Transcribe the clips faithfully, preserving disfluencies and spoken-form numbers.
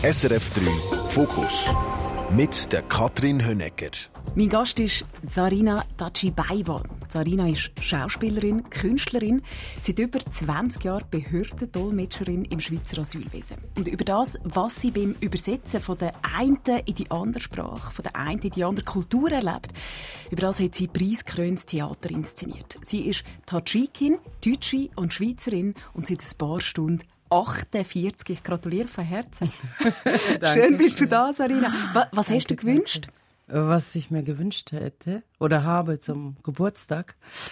S R F drei Fokus mit der Katrin Hönecker. Mein Gast ist Zarina Tachibaiwa. Zarina ist Schauspielerin, Künstlerin, seit über zwanzig Jahren Behördendolmetscherin im Schweizer Asylwesen. Und über das, was sie beim Übersetzen von der einen in die andere Sprache, von der einen in die andere Kultur erlebt, über das hat sie preisgekröntes Theater inszeniert. Sie ist Tadschikin, Deutsche und Schweizerin und seit ein paar Stunden achtundvierzig. Ich gratuliere von Herzen. Schön bist du da, Zarina. Was, was hast du gewünscht? Was ich mir gewünscht hätte oder habe zum Geburtstag,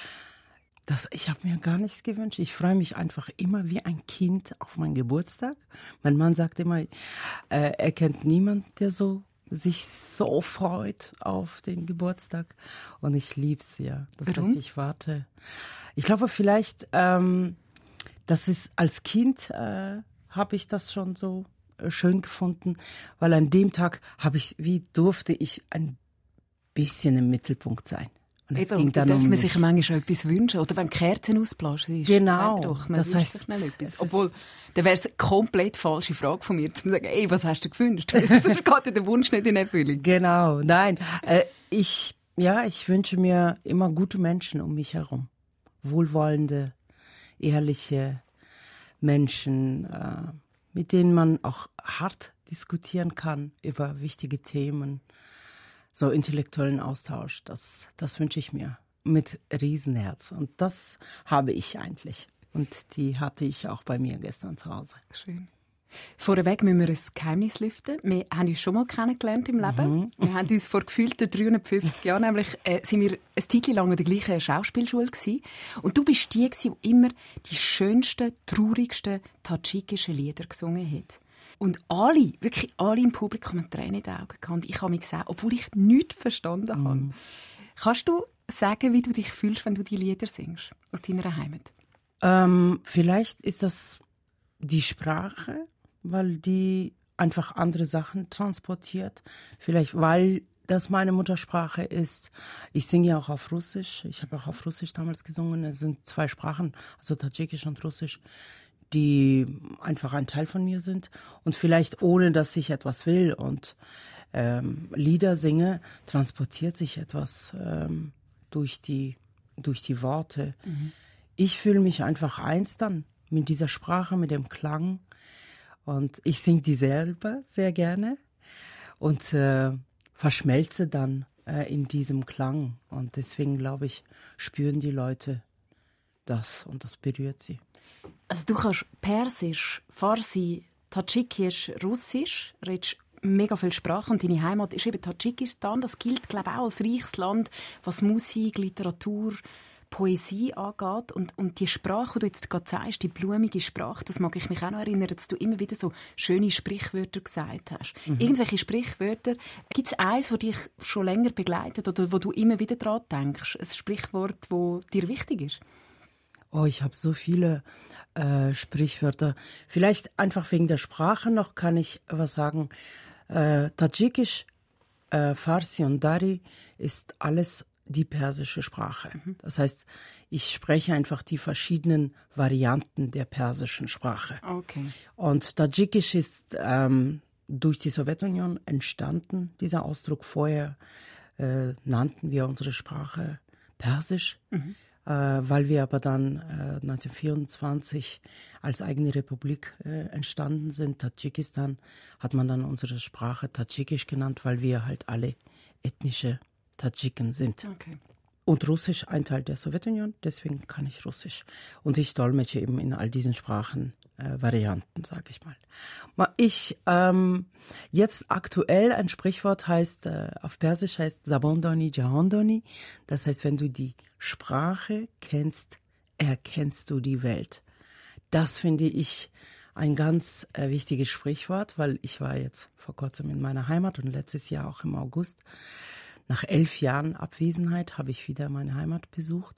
das, ich habe mir gar nichts gewünscht. Ich freue mich einfach immer wie ein Kind auf meinen Geburtstag. Mein Mann sagt immer, äh, er kennt niemanden, der so sich so freut auf den Geburtstag. Und ich liebe es ja. Das Warum? heißt, ich warte. Ich glaube vielleicht, ähm, das ist als Kind äh, habe ich das schon so schön gefunden, weil an dem Tag habe ich, wie durfte ich ein bisschen im Mittelpunkt sein. Und es Eben, ging da dann darf um man mich. sich manchmal etwas wünschen. Oder wenn die Kerzen ausblasen ist, Genau. sag doch, man Das wünscht heißt, sich schnell etwas. es Obwohl, dann wäre es eine komplett falsche Frage von mir, zu sagen, ey, was hast du gewünscht? Sonst geht der Wunsch nicht in Erfüllung. Genau, nein. Äh, ich, ja, ich wünsche mir immer gute Menschen um mich herum. Wohlwollende, ehrliche Menschen, äh, mit denen man auch hart diskutieren kann über wichtige Themen. So intellektuellen Austausch, das, das wünsche ich mir mit Riesenherz. Und das habe ich eigentlich. Und die hatte ich auch bei mir gestern zu Hause. Schön. Vorweg müssen wir ein Geheimnis lüften. Wir haben uns schon mal kennengelernt im Leben. Mhm. Wir haben uns vor gefühlten dreihundertfünfzig Jahren, nämlich äh, sind wir ein Zeitchen lang in der gleichen Schauspielschule gewesen. Und du bist die, die immer die schönsten, traurigsten tadschikischen Lieder gesungen hat. Und alle, wirklich alle im Publikum haben Tränen in den Augen gehabt. Und ich habe mich gesagt, obwohl ich nichts verstanden mhm. habe. Kannst du sagen, wie du dich fühlst, wenn du die Lieder singst aus deiner Heimat? Ähm, vielleicht ist das die Sprache, weil die einfach andere Sachen transportiert. Vielleicht, weil das meine Muttersprache ist. Ich singe ja auch auf Russisch. Ich habe auch auf Russisch damals gesungen. Es sind zwei Sprachen, also Tadschikisch und Russisch, die einfach ein Teil von mir sind. Und vielleicht ohne, dass ich etwas will und ähm, Lieder singe, transportiert sich etwas ähm, durch die, durch die Worte. Mhm. Ich fühle mich einfach eins dann mit dieser Sprache, mit dem Klang. Und ich singe die selber sehr gerne und äh, verschmelze dann äh, in diesem Klang. Und deswegen, glaube ich, spüren die Leute das und das berührt sie. Also du kannst Persisch, Farsi, Tadschikisch, Russisch, redest mega viele Sprachen und deine Heimat ist eben Tadschikistan. Das gilt, glaube ich, auch als reiches Land, was Musik, Literatur, Poesie angeht. Und, und die Sprache, die du jetzt gerade sagst, die blumige Sprache, das mag ich mich auch noch erinnern, dass du immer wieder so schöne Sprichwörter gesagt hast. Mhm. Irgendwelche Sprichwörter, gibt es eins, das dich schon länger begleitet oder wo du immer wieder daran denkst? Ein Sprichwort, das dir wichtig ist? Oh, ich habe so viele äh, Sprichwörter. Vielleicht einfach wegen der Sprache noch kann ich was sagen. Äh, Tadschikisch, äh, Farsi und Dari ist alles die persische Sprache. Mhm. Das heißt, ich spreche einfach die verschiedenen Varianten der persischen Sprache. Okay. Und Tadschikisch ist ähm, durch die Sowjetunion entstanden, dieser Ausdruck. Vorher äh, nannten wir unsere Sprache Persisch. Mhm. Äh, weil wir aber dann äh, neunzehnhundertvierundzwanzig als eigene Republik äh, entstanden sind, Tadschikistan, hat man dann unsere Sprache Tadschikisch genannt, weil wir halt alle ethnische Tadschiken sind. Okay. Und Russisch ein Teil der Sowjetunion, deswegen kann ich Russisch. Und ich dolmetsche eben in all diesen Sprachen äh, Varianten, sage ich mal. Ich, ähm, jetzt aktuell ein Sprichwort heißt, äh, auf Persisch heißt Zabondoni Jahondoni. Das heißt, wenn du die Sprache kennst, erkennst du die Welt. Das finde ich ein ganz äh, wichtiges Sprichwort, weil ich war jetzt vor kurzem in meiner Heimat und letztes Jahr auch im August. Nach elf Jahren Abwesenheit habe ich wieder meine Heimat besucht.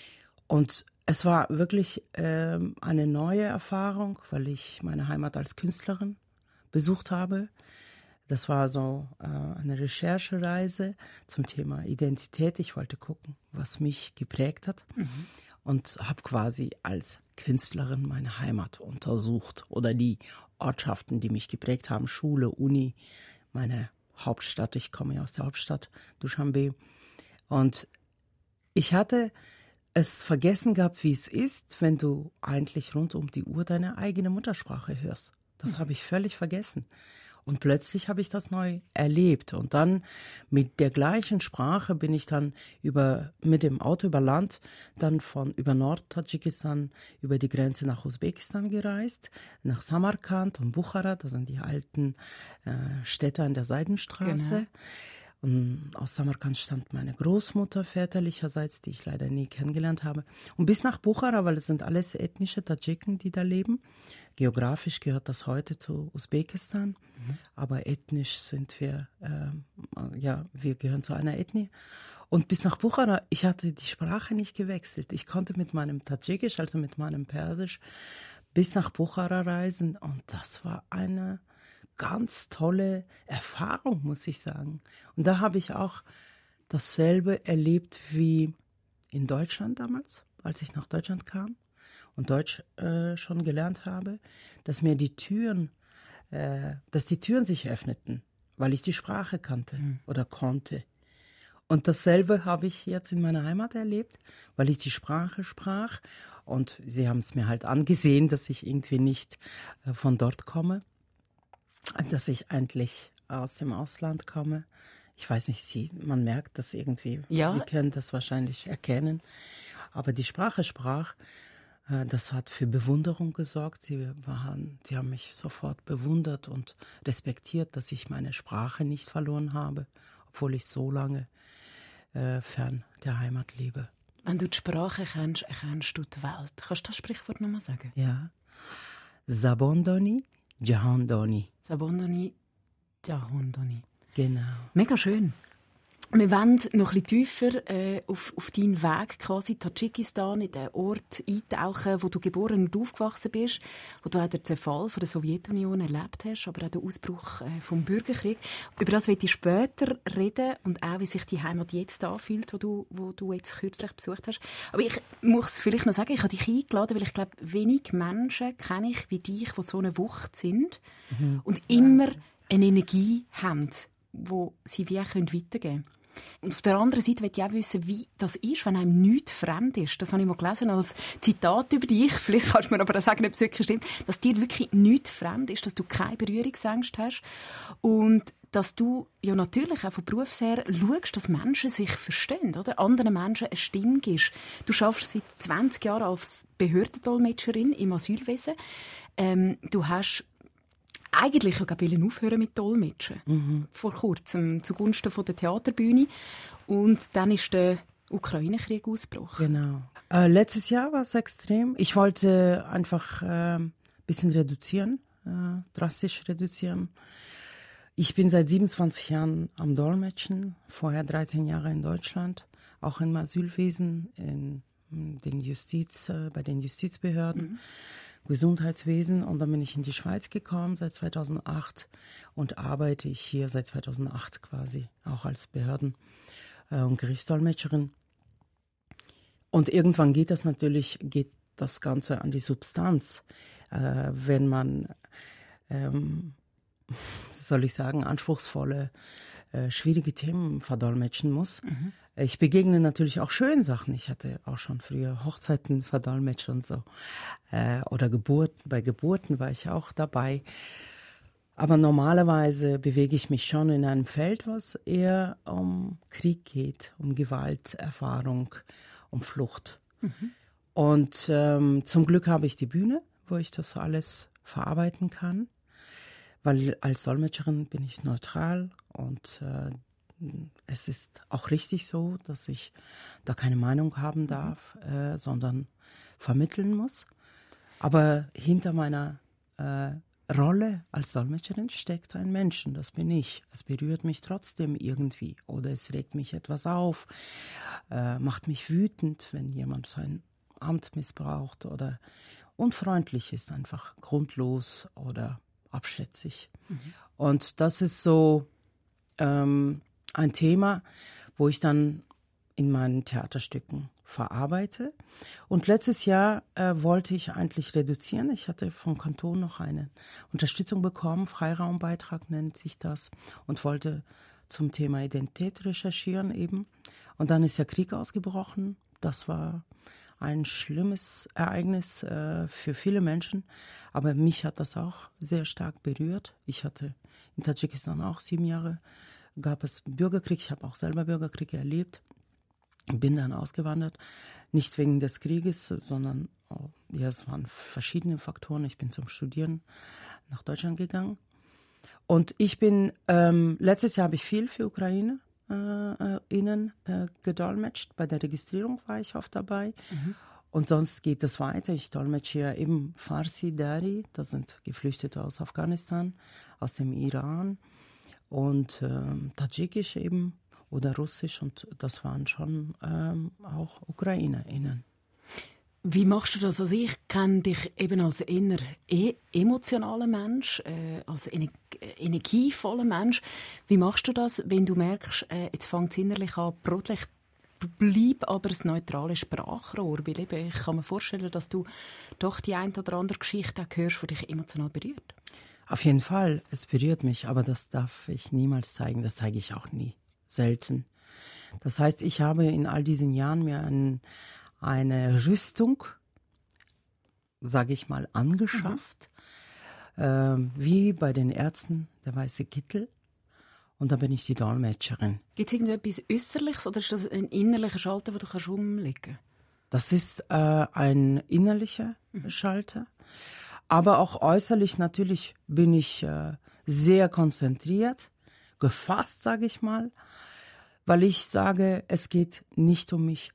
Und es war wirklich äh, eine neue Erfahrung, weil ich meine Heimat als Künstlerin besucht habe. Das war so äh, eine Recherchereise zum Thema Identität. Ich wollte gucken, was mich geprägt hat. Mhm. Und habe quasi als Künstlerin meine Heimat untersucht oder die Ortschaften, die mich geprägt haben, Schule, Uni, meine Hauptstadt. Ich komme ja aus der Hauptstadt, Duschanbe. Und ich hatte es vergessen gehabt, wie es ist, wenn du eigentlich rund um die Uhr deine eigene Muttersprache hörst. Das mhm. habe ich völlig vergessen. Und plötzlich habe ich das neu erlebt. Und dann mit der gleichen Sprache bin ich dann über, mit dem Auto über Land, dann von über Nord-Tadschikistan über die Grenze nach Usbekistan gereist, nach Samarkand und Buchara, das sind die alten äh, Städte an der Seidenstraße. Genau. Und aus Samarkand stammt meine Großmutter väterlicherseits, die ich leider nie kennengelernt habe. Und bis nach Buchara, weil es sind alles ethnische Tadschiken, die da leben. Geografisch gehört das heute zu Usbekistan, mhm. aber ethnisch sind wir, äh, ja, wir gehören zu einer Ethnie. Und bis nach Buchara, ich hatte die Sprache nicht gewechselt. Ich konnte mit meinem Tadschikisch, also mit meinem Persisch, bis nach Buchara reisen. Und das war eine ganz tolle Erfahrung, muss ich sagen. Und da habe ich auch dasselbe erlebt wie in Deutschland damals, als ich nach Deutschland kam und Deutsch äh, schon gelernt habe, dass mir die Türen, äh, dass die Türen sich öffneten, weil ich die Sprache kannte mhm. oder konnte. Und dasselbe habe ich jetzt in meiner Heimat erlebt, weil ich die Sprache sprach. Und sie haben es mir halt angesehen, dass ich irgendwie nicht äh, von dort komme. Dass ich eigentlich aus dem Ausland komme. Ich weiß nicht, sie, man merkt das irgendwie. Ja. Sie können das wahrscheinlich erkennen. Aber die Sprache sprach, äh, das hat für Bewunderung gesorgt. Sie waren, die haben mich sofort bewundert und respektiert, dass ich meine Sprache nicht verloren habe, obwohl ich so lange äh, fern der Heimat lebe. Wenn du die Sprache kennst, erkennst du die Welt. Kannst du das Sprichwort nochmal sagen? Ja. Zabondoni. Jahandani. Zabondani, Jahandani. Genau. Mega schön. Wir wollen noch ein bisschen tiefer äh, auf, auf deinen Weg quasi Tadschikistan, in den Ort eintauchen, wo du geboren und aufgewachsen bist, wo du auch den Zerfall von der Sowjetunion erlebt hast, aber auch den Ausbruch äh, vom Bürgerkrieg. Über das werde ich später reden und auch, wie sich die Heimat jetzt anfühlt, wo du, wo du jetzt kürzlich besucht hast. Aber ich muss vielleicht noch sagen, ich habe dich eingeladen, weil ich glaube, wenig Menschen kenne ich wie dich, die so eine Wucht sind mhm. und immer eine Energie haben, die sie wie auch weitergeben können. Und auf der anderen Seite möchte ich auch wissen, wie das ist, wenn einem nichts fremd ist. Das habe ich mal gelesen als Zitat über dich. Vielleicht kannst du mir aber auch sagen, ob es wirklich stimmt, dass dir wirklich nichts fremd ist, dass du keine Berührungsängste hast und dass du ja natürlich auch von Berufs her schaust, dass Menschen sich verstehen, oder? Anderen Menschen eine Stimme gibst. Du arbeitest seit zwanzig Jahren als Behördendolmetscherin im Asylwesen. Ähm, du hast eigentlich wollte aufhören mit Dolmetschen. Mhm. Vor kurzem, zugunsten von der Theaterbühne. Und dann ist der Ukraine-Krieg ausgebrochen. Genau. Äh, letztes Jahr war es extrem. Ich wollte einfach ein äh, bisschen reduzieren, äh, drastisch reduzieren. Ich bin seit siebenundzwanzig Jahren am Dolmetschen, vorher dreizehn Jahre in Deutschland, auch im Asylwesen, in, in den Justiz, äh, bei den Justizbehörden. Mhm. Gesundheitswesen und dann bin ich in die Schweiz gekommen seit zweitausendacht und arbeite ich hier seit zweitausendacht quasi auch als Behörden- und Gerichtsdolmetscherin. Und irgendwann geht das natürlich, geht das Ganze an die Substanz, äh, wenn man, ähm, soll ich sagen, anspruchsvolle, äh, schwierige Themen verdolmetschen muss. Mhm. Ich begegne natürlich auch schönen Sachen. Ich hatte auch schon früher Hochzeiten verdolmetscht und so. Äh, oder Geburten. Bei Geburten war ich auch dabei. Aber normalerweise bewege ich mich schon in einem Feld, was eher um Krieg geht, um Gewalterfahrung, um Flucht. Mhm. Und ähm, zum Glück habe ich die Bühne, wo ich das alles verarbeiten kann. Weil als Dolmetscherin bin ich neutral und äh, es ist auch richtig so, dass ich da keine Meinung haben darf, äh, sondern vermitteln muss. Aber hinter meiner äh, Rolle als Dolmetscherin steckt ein Mensch, und das bin ich. Es berührt mich trotzdem irgendwie oder es regt mich etwas auf, äh, macht mich wütend, wenn jemand sein Amt missbraucht oder unfreundlich ist, einfach grundlos oder abschätzig. Mhm. Und das ist so ähm, ein Thema, wo ich dann in meinen Theaterstücken verarbeite. Und letztes Jahr äh, wollte ich eigentlich reduzieren. Ich hatte vom Kanton noch eine Unterstützung bekommen, Freiraumbeitrag nennt sich das, und wollte zum Thema Identität recherchieren eben. Und dann ist der Krieg ausgebrochen. Das war ein schlimmes Ereignis äh, für viele Menschen, aber mich hat das auch sehr stark berührt. Ich hatte in Tadschikistan auch sieben Jahre, gab es Bürgerkrieg, ich habe auch selber Bürgerkrieg erlebt, bin dann ausgewandert, nicht wegen des Krieges, sondern oh, ja, es waren verschiedene Faktoren. Ich bin zum Studieren nach Deutschland gegangen und ich bin, ähm, letztes Jahr habe ich viel für Ukraine Äh, innen äh, gedolmetscht. Bei der Registrierung war ich oft dabei. Mhm. Und sonst geht es weiter. Ich dolmetsche ja eben Farsi, Dari, das sind Geflüchtete aus Afghanistan, aus dem Iran und ähm, Tadschikisch eben oder Russisch, und das waren schon ähm, auch UkrainerInnen. Wie machst du das? Also ich kenne dich eben als eher e- emotionaler Mensch, äh, als ener- energievoller Mensch. Wie machst du das, wenn du merkst, äh, jetzt fängt es innerlich an, brotlich, bleib aber ein neutrales Sprachrohr? Weil eben, ich kann mir vorstellen, dass du doch die ein oder andere Geschichte auch hörst, die dich emotional berührt. Auf jeden Fall, es berührt mich, aber das darf ich niemals zeigen. Das zeige ich auch nie, selten. Das heißt, ich habe in all diesen Jahren mir einen eine Rüstung, sage ich mal, angeschafft, mhm. äh, wie bei den Ärzten der weiße Kittel. Und da bin ich die Dolmetscherin. Gibt es irgendetwas Äußerliches oder ist das ein innerlicher Schalter, den du kannst umlegen kannst? Das ist äh, ein innerlicher mhm. Schalter. Aber auch äußerlich natürlich bin ich äh, sehr konzentriert, gefasst, sage ich mal, weil ich sage, es geht nicht um mich.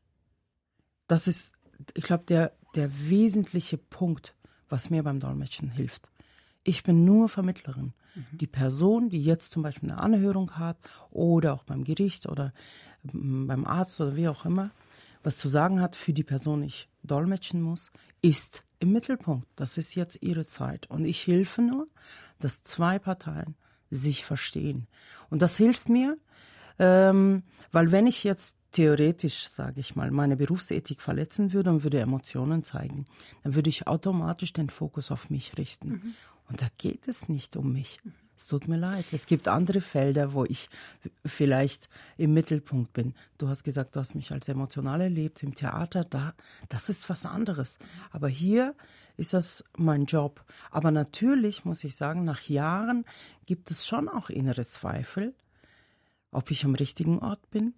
Das ist, ich glaube, der, der wesentliche Punkt, was mir beim Dolmetschen hilft. Ich bin nur Vermittlerin. Mhm. Die Person, die jetzt zum Beispiel eine Anhörung hat oder auch beim Gericht oder beim Arzt oder wie auch immer, was zu sagen hat, für die Person ich dolmetschen muss, ist im Mittelpunkt. Das ist jetzt ihre Zeit. Und ich helfe nur, dass zwei Parteien sich verstehen. Und das hilft mir, ähm, weil wenn ich jetzt theoretisch, sage ich mal, meine Berufsethik verletzen würde und würde Emotionen zeigen, dann würde ich automatisch den Fokus auf mich richten. Mhm. Und da geht es nicht um mich. Mhm. Es tut mir leid. Es gibt andere Felder, wo ich vielleicht im Mittelpunkt bin. Du hast gesagt, du hast mich als emotional erlebt im Theater. Da, das ist was anderes. Aber hier ist das mein Job. Aber natürlich muss ich sagen, nach Jahren gibt es schon auch innere Zweifel, ob ich am richtigen Ort bin.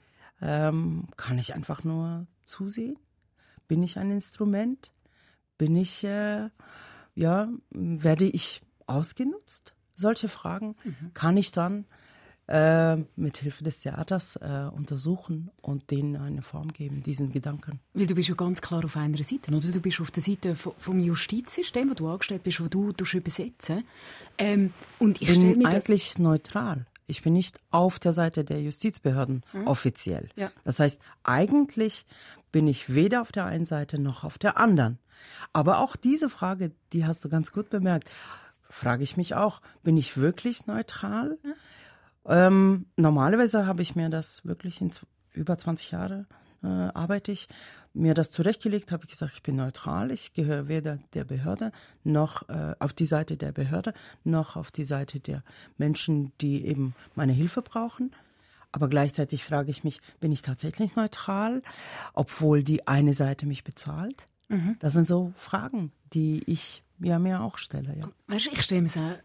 Ähm, kann ich einfach nur zusehen? Bin ich ein Instrument? Bin ich, äh, ja, werde ich ausgenutzt? Solche Fragen mhm. kann ich dann äh, mit Hilfe des Theaters äh, untersuchen und denen eine Form geben, diesen Gedanken. Weil du bist ja ganz klar auf einer Seite, oder? Du bist auf der Seite vom Justizsystem, wo du angestellt bist, wo du, du übersetzen. Ähm, und ich bin stell mir eigentlich das neutral. Ich bin nicht auf der Seite der Justizbehörden mhm. offiziell. Ja. Das heißt, eigentlich bin ich weder auf der einen Seite noch auf der anderen. Aber auch diese Frage, die hast du ganz gut bemerkt, frage ich mich auch, bin ich wirklich neutral? Mhm. Ähm, normalerweise habe ich mir das wirklich in z- über zwanzig Jahre äh, arbeite ich, mir das zurechtgelegt, habe ich gesagt, ich bin neutral, ich gehöre weder der Behörde noch äh, auf die Seite der Behörde, noch auf die Seite der Menschen, die eben meine Hilfe brauchen. Aber gleichzeitig frage ich mich, bin ich tatsächlich neutral, obwohl die eine Seite mich bezahlt? Mhm. Das sind so Fragen, die ich ja, mir auch stelle. Ja. Weißt du, ich stelle mir es auch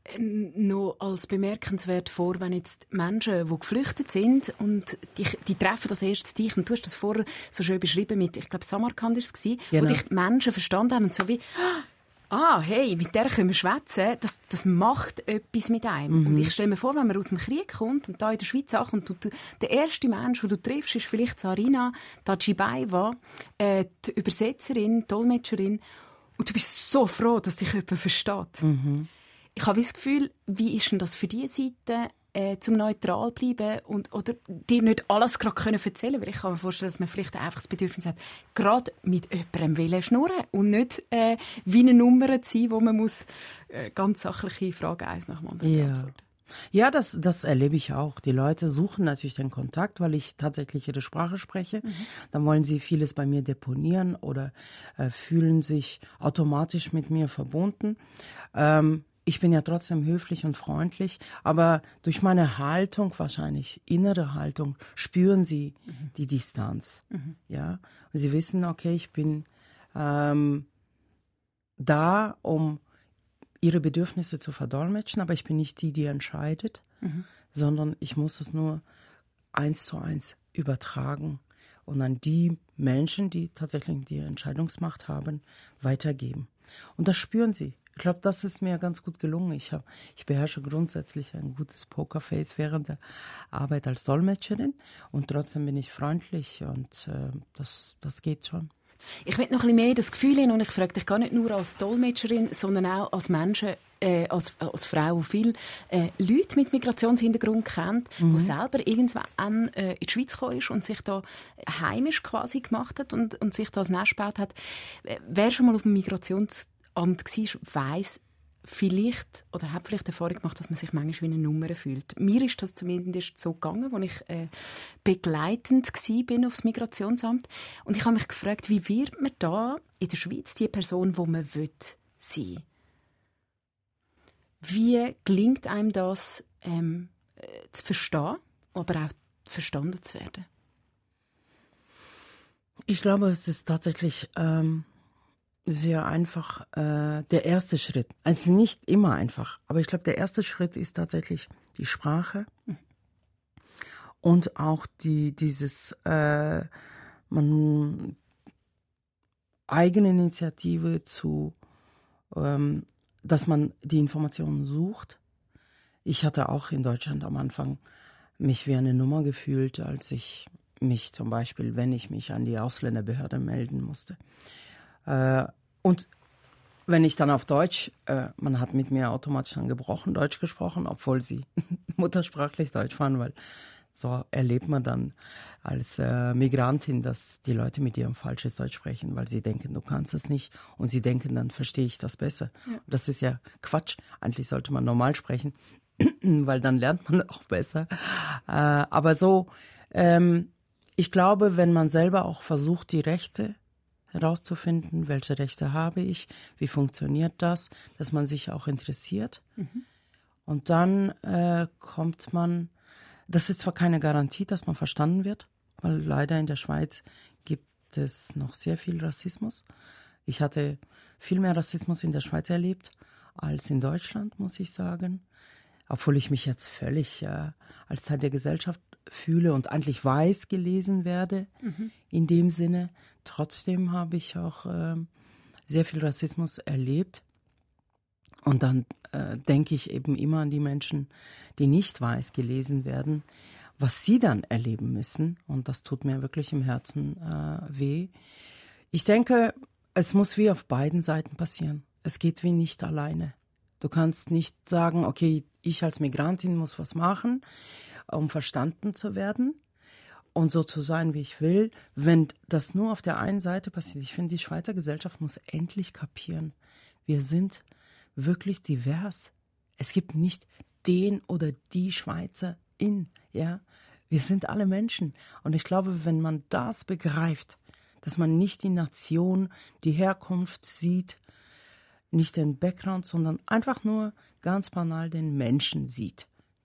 noch als bemerkenswert vor, wenn jetzt Menschen, die geflüchtet sind und die, die treffen das erst dich, und du hast das vorher so schön beschrieben mit, ich glaube, Samarkand war es, genau. Wo dich Menschen verstanden haben und so wie, ah, hey, mit der können wir schwätzen, das, das macht etwas mit einem. Mhm. Und ich stelle mir vor, wenn man aus dem Krieg kommt und da in der Schweiz ankommt, und du, der erste Mensch, den du triffst, ist vielleicht Zarina Tadjibaiva, äh, die Übersetzerin, Dolmetscherin, und du bist so froh, dass dich jemand versteht. Mhm. Ich habe das Gefühl, wie ist denn das für diese Seite, äh, zum neutral bleiben und oder dir nicht alles gerade können erzählen, weil ich kann mir vorstellen, dass man vielleicht einfach das Bedürfnis hat, gerade mit jemandem wollen schnurren und nicht äh, wie eine Nummer zu sein, wo man muss äh, ganz sachliche Frage eins nach dem anderen ja. beantworten. Ja, das, das erlebe ich auch. Die Leute suchen natürlich den Kontakt, weil ich tatsächlich ihre Sprache spreche. Mhm. Dann wollen sie vieles bei mir deponieren oder äh, fühlen sich automatisch mit mir verbunden. Ähm, ich bin ja trotzdem höflich und freundlich, aber durch meine Haltung, wahrscheinlich innere Haltung, spüren sie mhm. die Distanz. Mhm. Ja, und sie wissen, okay, ich bin ähm, da, um ihre Bedürfnisse zu verdolmetschen, aber ich bin nicht die, die entscheidet, mhm. sondern ich muss das nur eins zu eins übertragen und an die Menschen, die tatsächlich die Entscheidungsmacht haben, weitergeben. Und das spüren sie. Ich glaube, das ist mir ganz gut gelungen. Ich, hab, ich beherrsche grundsätzlich ein gutes Pokerface während der Arbeit als Dolmetscherin und trotzdem bin ich freundlich und äh, das, das geht schon. Ich will noch ein bisschen mehr das Gefühl hin und ich frage dich gar nicht nur als Dolmetscherin, sondern auch als Menschen, äh, als, als Frau, die viele äh, Leute mit Migrationshintergrund kennt, mhm. die selber irgendwann äh, in die Schweiz gekommen ist und sich da heimisch quasi gemacht hat und, und sich da ein Nest gebaut hat. Wer schon mal auf dem Migrationsamt war, weiss, vielleicht oder hat vielleicht die Erfahrung gemacht, dass man sich manchmal wie eine Nummer fühlt. Mir ist das zumindest so gegangen, als ich äh, begleitend war aufs Migrationsamt. Und ich habe mich gefragt, wie wird man da in der Schweiz die Person, die man will, sein? Wie gelingt einem das, ähm, zu verstehen, aber auch verstanden zu werden? Ich glaube, es ist tatsächlich ähm sehr einfach äh, der erste Schritt. Also nicht immer einfach, aber ich glaube, der erste Schritt ist tatsächlich die Sprache mhm. und auch die dieses äh, man Eigeninitiative zu, ähm, dass man die Informationen sucht. Ich hatte auch in Deutschland am Anfang mich wie eine Nummer gefühlt, als ich mich zum Beispiel, wenn ich mich an die Ausländerbehörde melden musste. Äh, und wenn ich dann auf Deutsch, äh, man hat mit mir automatisch dann gebrochen Deutsch gesprochen, obwohl sie muttersprachlich Deutsch waren, weil so erlebt man dann als äh, Migrantin, dass die Leute mit dir ein falsches Deutsch sprechen, weil sie denken, du kannst es nicht und sie denken, dann verstehe ich das besser. Ja. Das ist ja Quatsch. Eigentlich sollte man normal sprechen, weil dann lernt man auch besser. Äh, aber so, ähm, ich glaube, wenn man selber auch versucht, die Rechte herauszufinden, welche Rechte habe ich, wie funktioniert das, dass man sich auch interessiert. Mhm. Und dann äh, kommt man, das ist zwar keine Garantie, dass man verstanden wird, weil leider in der Schweiz gibt es noch sehr viel Rassismus. Ich hatte viel mehr Rassismus in der Schweiz erlebt als in Deutschland, muss ich sagen. Obwohl ich mich jetzt völlig äh, als Teil der Gesellschaft fühle und eigentlich weiß gelesen werde, mhm. in dem Sinne. Trotzdem habe ich auch äh, sehr viel Rassismus erlebt. Und dann äh, denke ich eben immer an die Menschen, die nicht weiß gelesen werden, was sie dann erleben müssen. Und das tut mir wirklich im Herzen äh, weh. Ich denke, es muss wie auf beiden Seiten passieren. Es geht wie nicht alleine. Du kannst nicht sagen, okay, ich als Migrantin muss was machen, um verstanden zu werden und so zu sein, wie ich will. Wenn das nur auf der einen Seite passiert, ich finde, die Schweizer Gesellschaft muss endlich kapieren, wir sind wirklich divers. Es gibt nicht den oder die Schweizerin, ja. Wir sind alle Menschen. Und ich glaube, wenn man das begreift, dass man nicht die Nation, die Herkunft sieht, nicht den Background, sondern einfach nur ganz banal den Menschen sieht.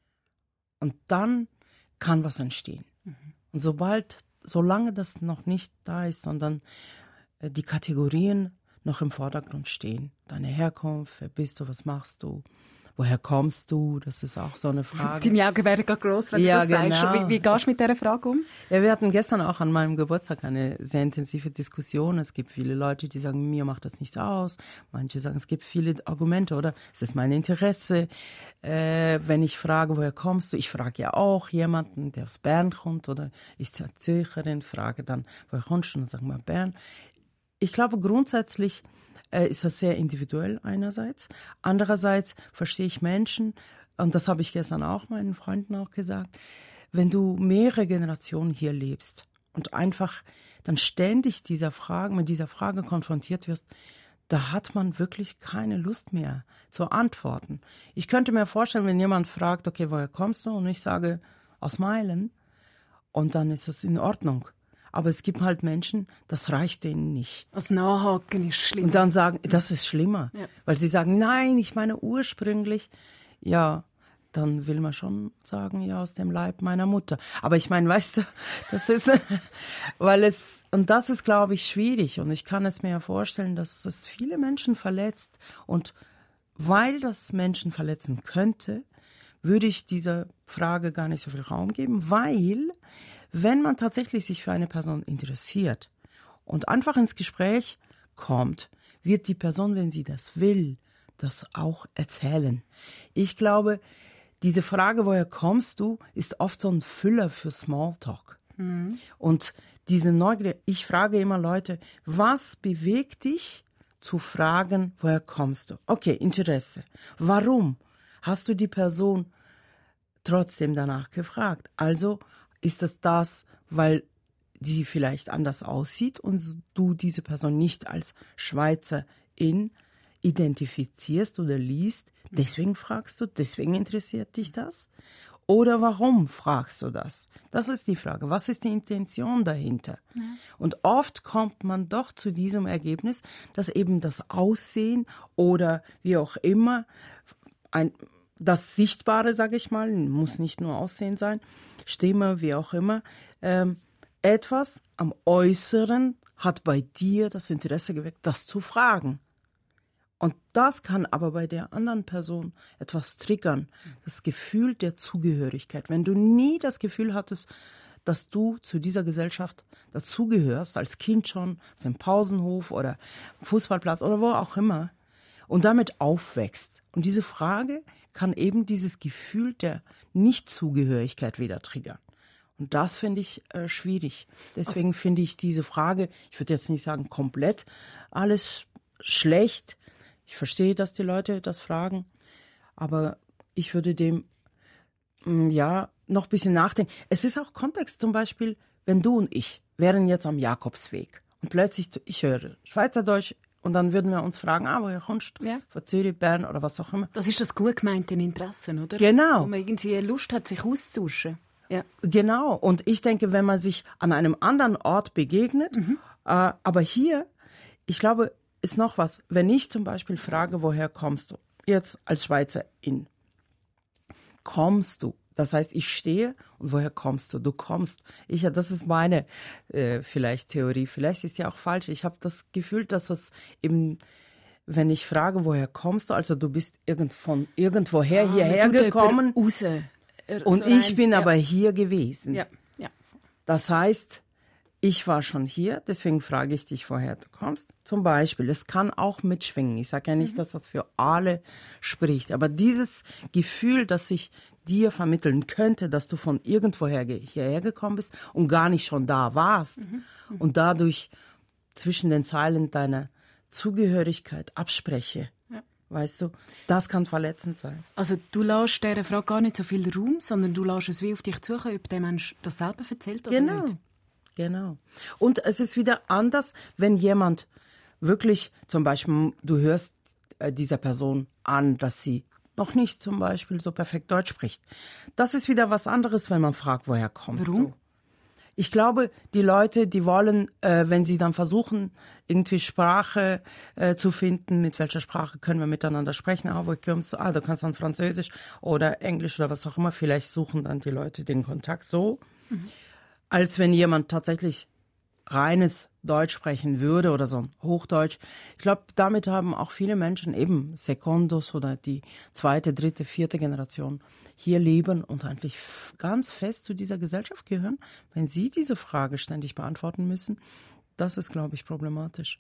Und dann kann was entstehen. Mhm. Und sobald, solange das noch nicht da ist, sondern äh, die Kategorien noch im Vordergrund stehen, deine Herkunft, wer bist du, was machst du, woher kommst du, das ist auch so eine Frage. Deine Augen werden gerade gross, wenn ja, du das genau. sagst. Wie, wie gehst du mit dieser Frage um? Ja, wir hatten gestern auch an meinem Geburtstag eine sehr intensive Diskussion. Es gibt viele Leute, die sagen, mir macht das nichts aus. Manche sagen, es gibt viele Argumente, oder? Es ist mein Interesse. Äh, wenn ich frage, woher kommst du? Ich frage ja auch jemanden, der aus Bern kommt, oder ich bin Zürcherin, frage dann, woher kommst du? Und dann sagen wir Bern. Ich glaube, grundsätzlich äh, ist das sehr individuell einerseits. Andererseits verstehe ich Menschen, und das habe ich gestern auch meinen Freunden auch gesagt, wenn du mehrere Generationen hier lebst und einfach dann ständig dieser Frage, mit dieser Frage konfrontiert wirst, da hat man wirklich keine Lust mehr zu antworten. Ich könnte mir vorstellen, wenn jemand fragt, okay, woher kommst du? Und ich sage, aus Meilen. Und dann ist das in Ordnung. Aber es gibt halt Menschen, das reicht denen nicht. Das Nachhaken ist schlimmer. Und dann sagen, das ist schlimmer. Ja. Weil sie sagen, nein, ich meine ursprünglich. Ja, dann will man schon sagen, ja, aus dem Leib meiner Mutter. Aber ich meine, weißt du, das ist, weil es, und das ist, glaube ich, schwierig. Und ich kann es mir ja vorstellen, dass es viele Menschen verletzt. Und weil das Menschen verletzen könnte, würde ich dieser Frage gar nicht so viel Raum geben, weil, wenn man tatsächlich sich für eine Person interessiert und einfach ins Gespräch kommt, wird die Person, wenn sie das will, das auch erzählen. Ich glaube, diese Frage, woher kommst du, ist oft so ein Füller für Smalltalk. Mhm. Und diese Neugier, ich frage immer Leute, was bewegt dich zu fragen, woher kommst du? Okay, Interesse. Warum hast du die Person trotzdem danach gefragt? Also ist es das, weil sie vielleicht anders aussieht und du diese Person nicht als Schweizerin identifizierst oder liest, deswegen fragst du, deswegen interessiert dich das? Oder warum fragst du das? Das ist die Frage. Was ist die Intention dahinter? Ja. Und oft kommt man doch zu diesem Ergebnis, dass eben das Aussehen oder wie auch immer, ein, das Sichtbare, sage ich mal, muss nicht nur Aussehen sein, Stimme, wie auch immer, ähm, etwas am Äußeren hat bei dir das Interesse geweckt, das zu fragen. Und das kann aber bei der anderen Person etwas triggern, das Gefühl der Zugehörigkeit. Wenn du nie das Gefühl hattest, dass du zu dieser Gesellschaft dazugehörst, als Kind schon, auf dem Pausenhof oder Fußballplatz oder wo auch immer, und damit aufwächst. Und diese Frage kann eben dieses Gefühl der Nichtzugehörigkeit wieder triggern. Und das finde ich äh, schwierig. Deswegen also, finde ich diese Frage, ich würde jetzt nicht sagen komplett alles schlecht. Ich verstehe, dass die Leute das fragen, aber ich würde dem mh, ja noch ein bisschen nachdenken. Es ist auch Kontext, zum Beispiel, wenn du und ich wären jetzt am Jakobsweg und plötzlich, ich höre Schweizerdeutsch und dann würden wir uns fragen, ah, woher kommst du? Ja. Von Zürich, Bern oder was auch immer. Das ist das gut gemeinte Interesse, oder? Genau. Wo man irgendwie Lust hat, sich auszutauschen. Ja. Genau. Und ich denke, wenn man sich an einem anderen Ort begegnet, mhm. äh, aber hier, ich glaube, ist noch was. Wenn ich zum Beispiel frage, woher kommst du? Jetzt als Schweizerin. Kommst du? Das heißt, ich stehe und woher kommst du? Du kommst. Ich, das ist meine äh, vielleicht Theorie. Vielleicht ist ja auch falsch. Ich habe das Gefühl, dass das eben, wenn ich frage, woher kommst du? Also du bist irgend von irgendwoher ah, hierher gekommen. Raus, äh, und so ich bin ja. aber hier gewesen. Ja. Ja. Das heißt, ich war schon hier, deswegen frage ich dich, woher du kommst. Zum Beispiel, es kann auch mitschwingen. Ich sage ja nicht, mhm. dass das für alle spricht. Aber dieses Gefühl, das ich dir vermitteln könnte, dass du von irgendwoher hierher gekommen bist und gar nicht schon da warst mhm. Mhm. und dadurch zwischen den Zeilen deiner Zugehörigkeit abspreche. Ja. Weißt du, das kann verletzend sein. Also du lässt dieser Frage gar nicht so viel Raum, sondern du lässt es wie auf dich zukommen, ob der Mensch das selber erzählt oder genau. nicht. Genau. Und es ist wieder anders, wenn jemand wirklich, zum Beispiel, du hörst äh, dieser Person an, dass sie noch nicht zum Beispiel so perfekt Deutsch spricht. Das ist wieder was anderes, wenn man fragt, woher kommst Warum? du? Ich glaube, die Leute, die wollen, äh, wenn sie dann versuchen, irgendwie Sprache äh, zu finden, mit welcher Sprache können wir miteinander sprechen, ah, woher kommst du? Ah, du kannst dann Französisch oder Englisch oder was auch immer. Vielleicht suchen dann die Leute den Kontakt so. Mhm. Als wenn jemand tatsächlich reines Deutsch sprechen würde oder so Hochdeutsch. Ich glaube, damit haben auch viele Menschen eben Secondos oder die zweite, dritte, vierte Generation hier leben und eigentlich ganz fest zu dieser Gesellschaft gehören. Wenn sie diese Frage ständig beantworten müssen, das ist, glaube ich, problematisch.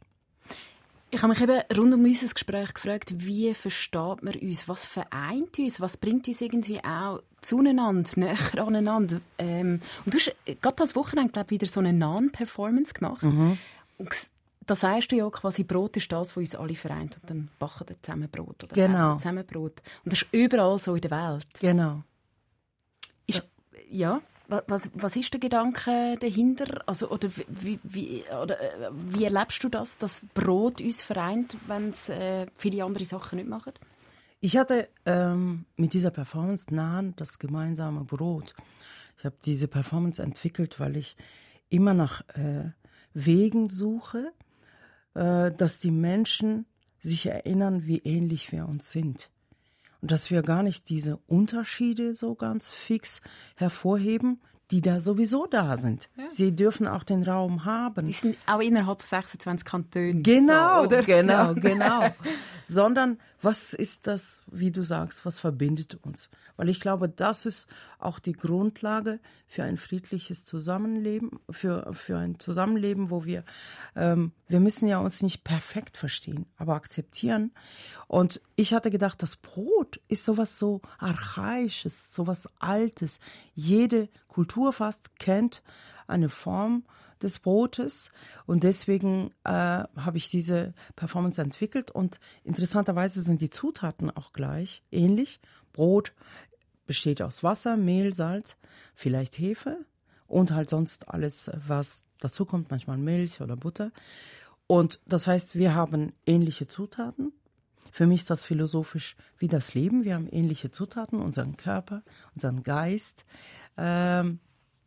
Ich habe mich eben rund um unser Gespräch gefragt, wie versteht man uns, was vereint uns, was bringt uns irgendwie auch zueinander, näher aneinander. Ähm, und du hast gerade das Wochenende, glaube ich, wieder so eine Naan-Performance gemacht. Mhm. Und da sagst du ja quasi, Brot ist das, was uns alle vereint. Und dann backen wir zusammen Brot oder genau. essen zusammen Brot. Und das ist überall so in der Welt. Genau. Ist, ja. Was, was ist der Gedanke dahinter? Also, oder, wie, wie, oder wie erlebst du das, dass Brot uns vereint, wenn es äh, viele andere Sachen nicht machen? Ich hatte ähm, mit dieser Performance Nahen das gemeinsame Brot. Ich habe diese Performance entwickelt, weil ich immer nach äh, Wegen suche, äh, dass die Menschen sich erinnern, wie ähnlich wir uns sind. Und dass wir gar nicht diese Unterschiede so ganz fix hervorheben, die da sowieso da sind. Ja. Sie dürfen auch den Raum haben. Die sind auch innerhalb von sechsundzwanzig Kantonen. Genau, da, oder? genau, ja. genau. Sondern was ist das, wie du sagst, was verbindet uns? Weil ich glaube, das ist auch die Grundlage für ein friedliches Zusammenleben, für, für ein Zusammenleben, wo wir, ähm, wir müssen ja uns nicht perfekt verstehen, aber akzeptieren. Und ich hatte gedacht, das Brot ist sowas so Archaisches, sowas Altes. Jede Kultur fast kennt eine Form des Brotes und deswegen äh, habe ich diese Performance entwickelt und interessanterweise sind die Zutaten auch gleich, ähnlich. Brot besteht aus Wasser, Mehl, Salz, vielleicht Hefe und halt sonst alles, was dazu kommt, manchmal Milch oder Butter. Und das heißt, wir haben ähnliche Zutaten. Für mich ist das philosophisch wie das Leben. Wir haben ähnliche Zutaten, unseren Körper, unseren Geist. Ähm,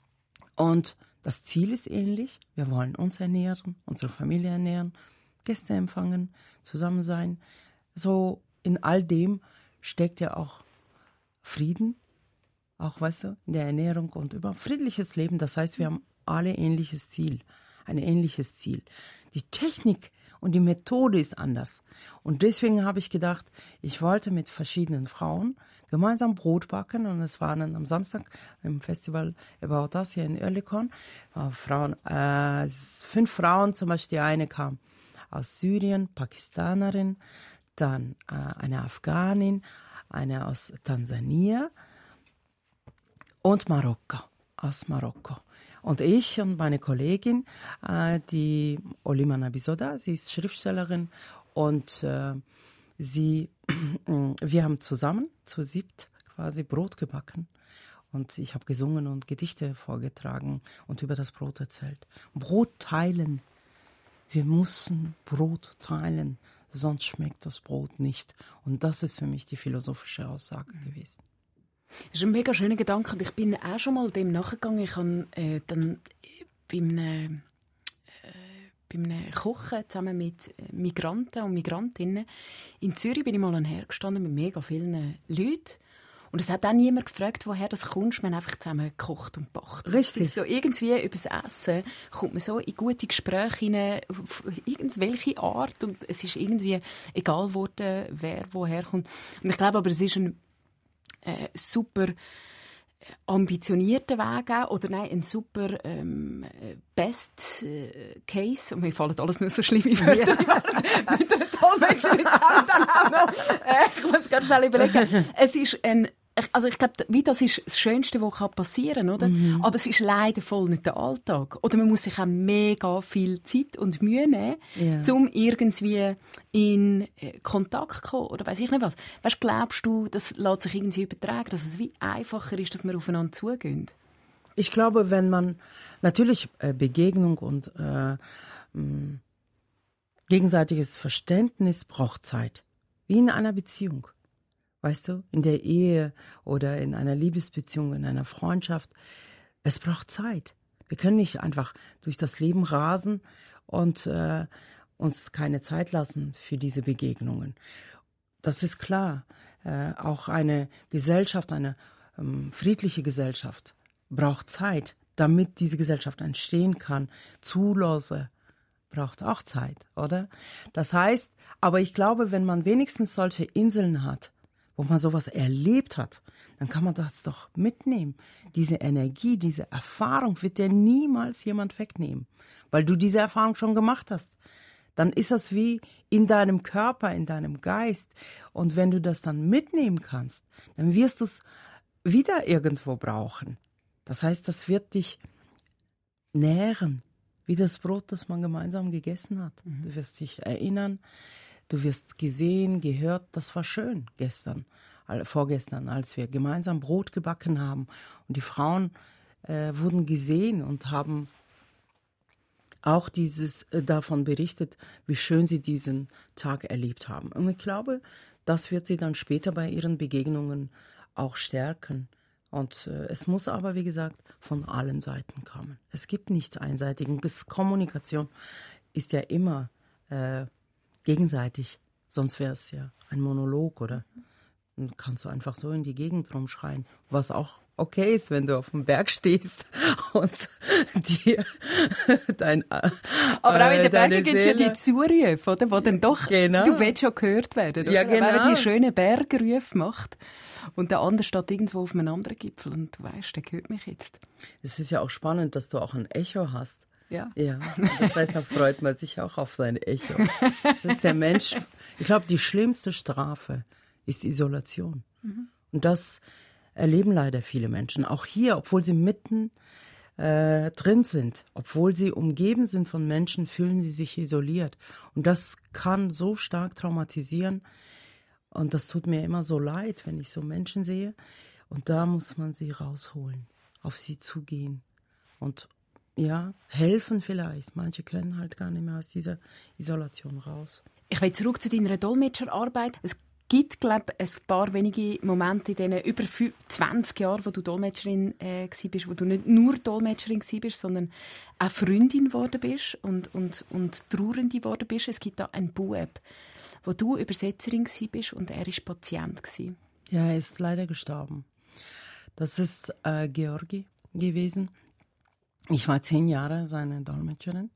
und das Ziel ist ähnlich. Wir wollen uns ernähren, unsere Familie ernähren, Gäste empfangen, zusammen sein. So in all dem steckt ja auch Frieden, auch, weißt du, in der Ernährung und über friedliches Leben. Das heißt, wir haben alle ähnliches Ziel, ein ähnliches Ziel. Die Technik und die Methode ist anders. Und deswegen habe ich gedacht, ich wollte mit verschiedenen Frauen gemeinsam Brot backen. Und es waren dann am Samstag im Festival About Us hier in Oerlikon Frauen, äh, fünf Frauen, zum Beispiel die eine kam aus Syrien, Pakistanerin, dann äh, eine Afghanin, eine aus Tansania und Marokko, aus Marokko. Und ich und meine Kollegin, äh, die Olima Nabisoda, sie ist Schriftstellerin und äh, sie, wir haben zusammen zu siebt quasi Brot gebacken und ich habe gesungen und Gedichte vorgetragen und über das Brot erzählt. Brot teilen, wir müssen Brot teilen, sonst schmeckt das Brot nicht. Und das ist für mich die philosophische Aussage gewesen. Das ist ein mega schöner Gedanke. Ich bin auch schon mal dem nachgegangen. Ich habe äh, dann bei einem, äh, bei einem Kochen zusammen mit Migranten und Migrantinnen in Zürich bin ich mal hergestanden mit mega vielen Leuten. Und es hat auch niemand gefragt, woher das kommst. Man hat einfach zusammen gekocht und gebacken. Richtig. So irgendwie über das Essen kommt man so in gute Gespräche hinein, auf irgendwelche Art. Und es ist irgendwie egal geworden, wer woher kommt. Und ich glaube aber, es ist ein äh, super ambitionierter Weg auch, oder nein, ein super ähm, Best äh, Case. Und mir fallen alles nur so schlimme Wörter ja. mit der Dolmetscherin zusammen dann auch noch. Äh, ich muss ganz schnell überlegen. Es ist ein Also ich glaube, wie das ist das Schönste, was passieren kann, oder? Mhm. Aber es ist leider voll nicht der Alltag. Oder man muss sich auch mega viel Zeit und Mühe nehmen, ja. um irgendwie in Kontakt zu kommen. Oder weiss ich nicht was. Weißt, glaubst du, das lässt sich irgendwie übertragen, dass es wie einfacher ist, dass wir aufeinander zugehen? Ich glaube, wenn man natürlich äh, Begegnung und äh, mh, gegenseitiges Verständnis braucht Zeit. Wie in einer Beziehung. Weißt du, in der Ehe oder in einer Liebesbeziehung, in einer Freundschaft, es braucht Zeit. Wir können nicht einfach durch das Leben rasen und äh, uns keine Zeit lassen für diese Begegnungen. Das ist klar. Äh, auch eine Gesellschaft, eine ähm, friedliche Gesellschaft braucht Zeit, damit diese Gesellschaft entstehen kann. Zulasse braucht auch Zeit, oder? Das heißt, aber ich glaube, wenn man wenigstens solche Inseln hat, wo man sowas erlebt hat, dann kann man das doch mitnehmen. Diese Energie, diese Erfahrung wird dir niemals jemand wegnehmen, weil du diese Erfahrung schon gemacht hast. Dann ist das wie in deinem Körper, in deinem Geist. Und wenn du das dann mitnehmen kannst, dann wirst du es wieder irgendwo brauchen. Das heißt, das wird dich nähren, wie das Brot, das man gemeinsam gegessen hat. Mhm. Du wirst dich erinnern, du wirst gesehen, gehört, das war schön gestern, vorgestern, als wir gemeinsam Brot gebacken haben und die Frauen äh, wurden gesehen und haben auch dieses äh, davon berichtet, wie schön sie diesen Tag erlebt haben. Und ich glaube, das wird sie dann später bei ihren Begegnungen auch stärken. Und äh, es muss aber, wie gesagt, von allen Seiten kommen. Es gibt nichts Einseitiges. Kommunikation ist ja immer äh, gegenseitig. Sonst wäre es ja ein Monolog, oder? Dann kannst du einfach so in die Gegend rumschreien, was auch okay ist, wenn du auf dem Berg stehst und dir dein äh, Aber auch in den Bergen deine gibt es ja die Seele- Zurufe, oder? Wo dann doch, Genau. du willst schon gehört werden, oder? Ja, genau. Wenn man die schönen Bergrufe macht und der andere steht irgendwo auf einem anderen Gipfel und du weißt, der hört mich jetzt. Es ist ja auch spannend, dass du auch ein Echo hast. Ja. Ja, das heißt, da freut man sich auch auf sein Echo. Das ist der Mensch. Ich glaube, die schlimmste Strafe ist Isolation. Mhm. Und das erleben leider viele Menschen. Auch hier, obwohl sie mitten äh, drin sind, obwohl sie umgeben sind von Menschen, fühlen sie sich isoliert. Und das kann so stark traumatisieren. Und das tut mir immer so leid, wenn ich so Menschen sehe. Und da muss man sie rausholen, auf sie zugehen und ja, helfen vielleicht. Manche können halt gar nicht mehr aus dieser Isolation raus. Ich will zurück zu deiner Dolmetscherarbeit. Es gibt, glaube ich, ein paar wenige Momente in diesen über zwanzig Jahren, wo du Dolmetscherin äh, warst, wo du nicht nur Dolmetscherin warst, sondern auch Freundin geworden bist und, und, und Trauernde geworden bist. Es gibt da einen Bub, wo du Übersetzerin warst und er war Patient. Ja, er ist leider gestorben. Das ist äh, Georgi gewesen. Ich war zehn Jahre seine Dolmetscherin.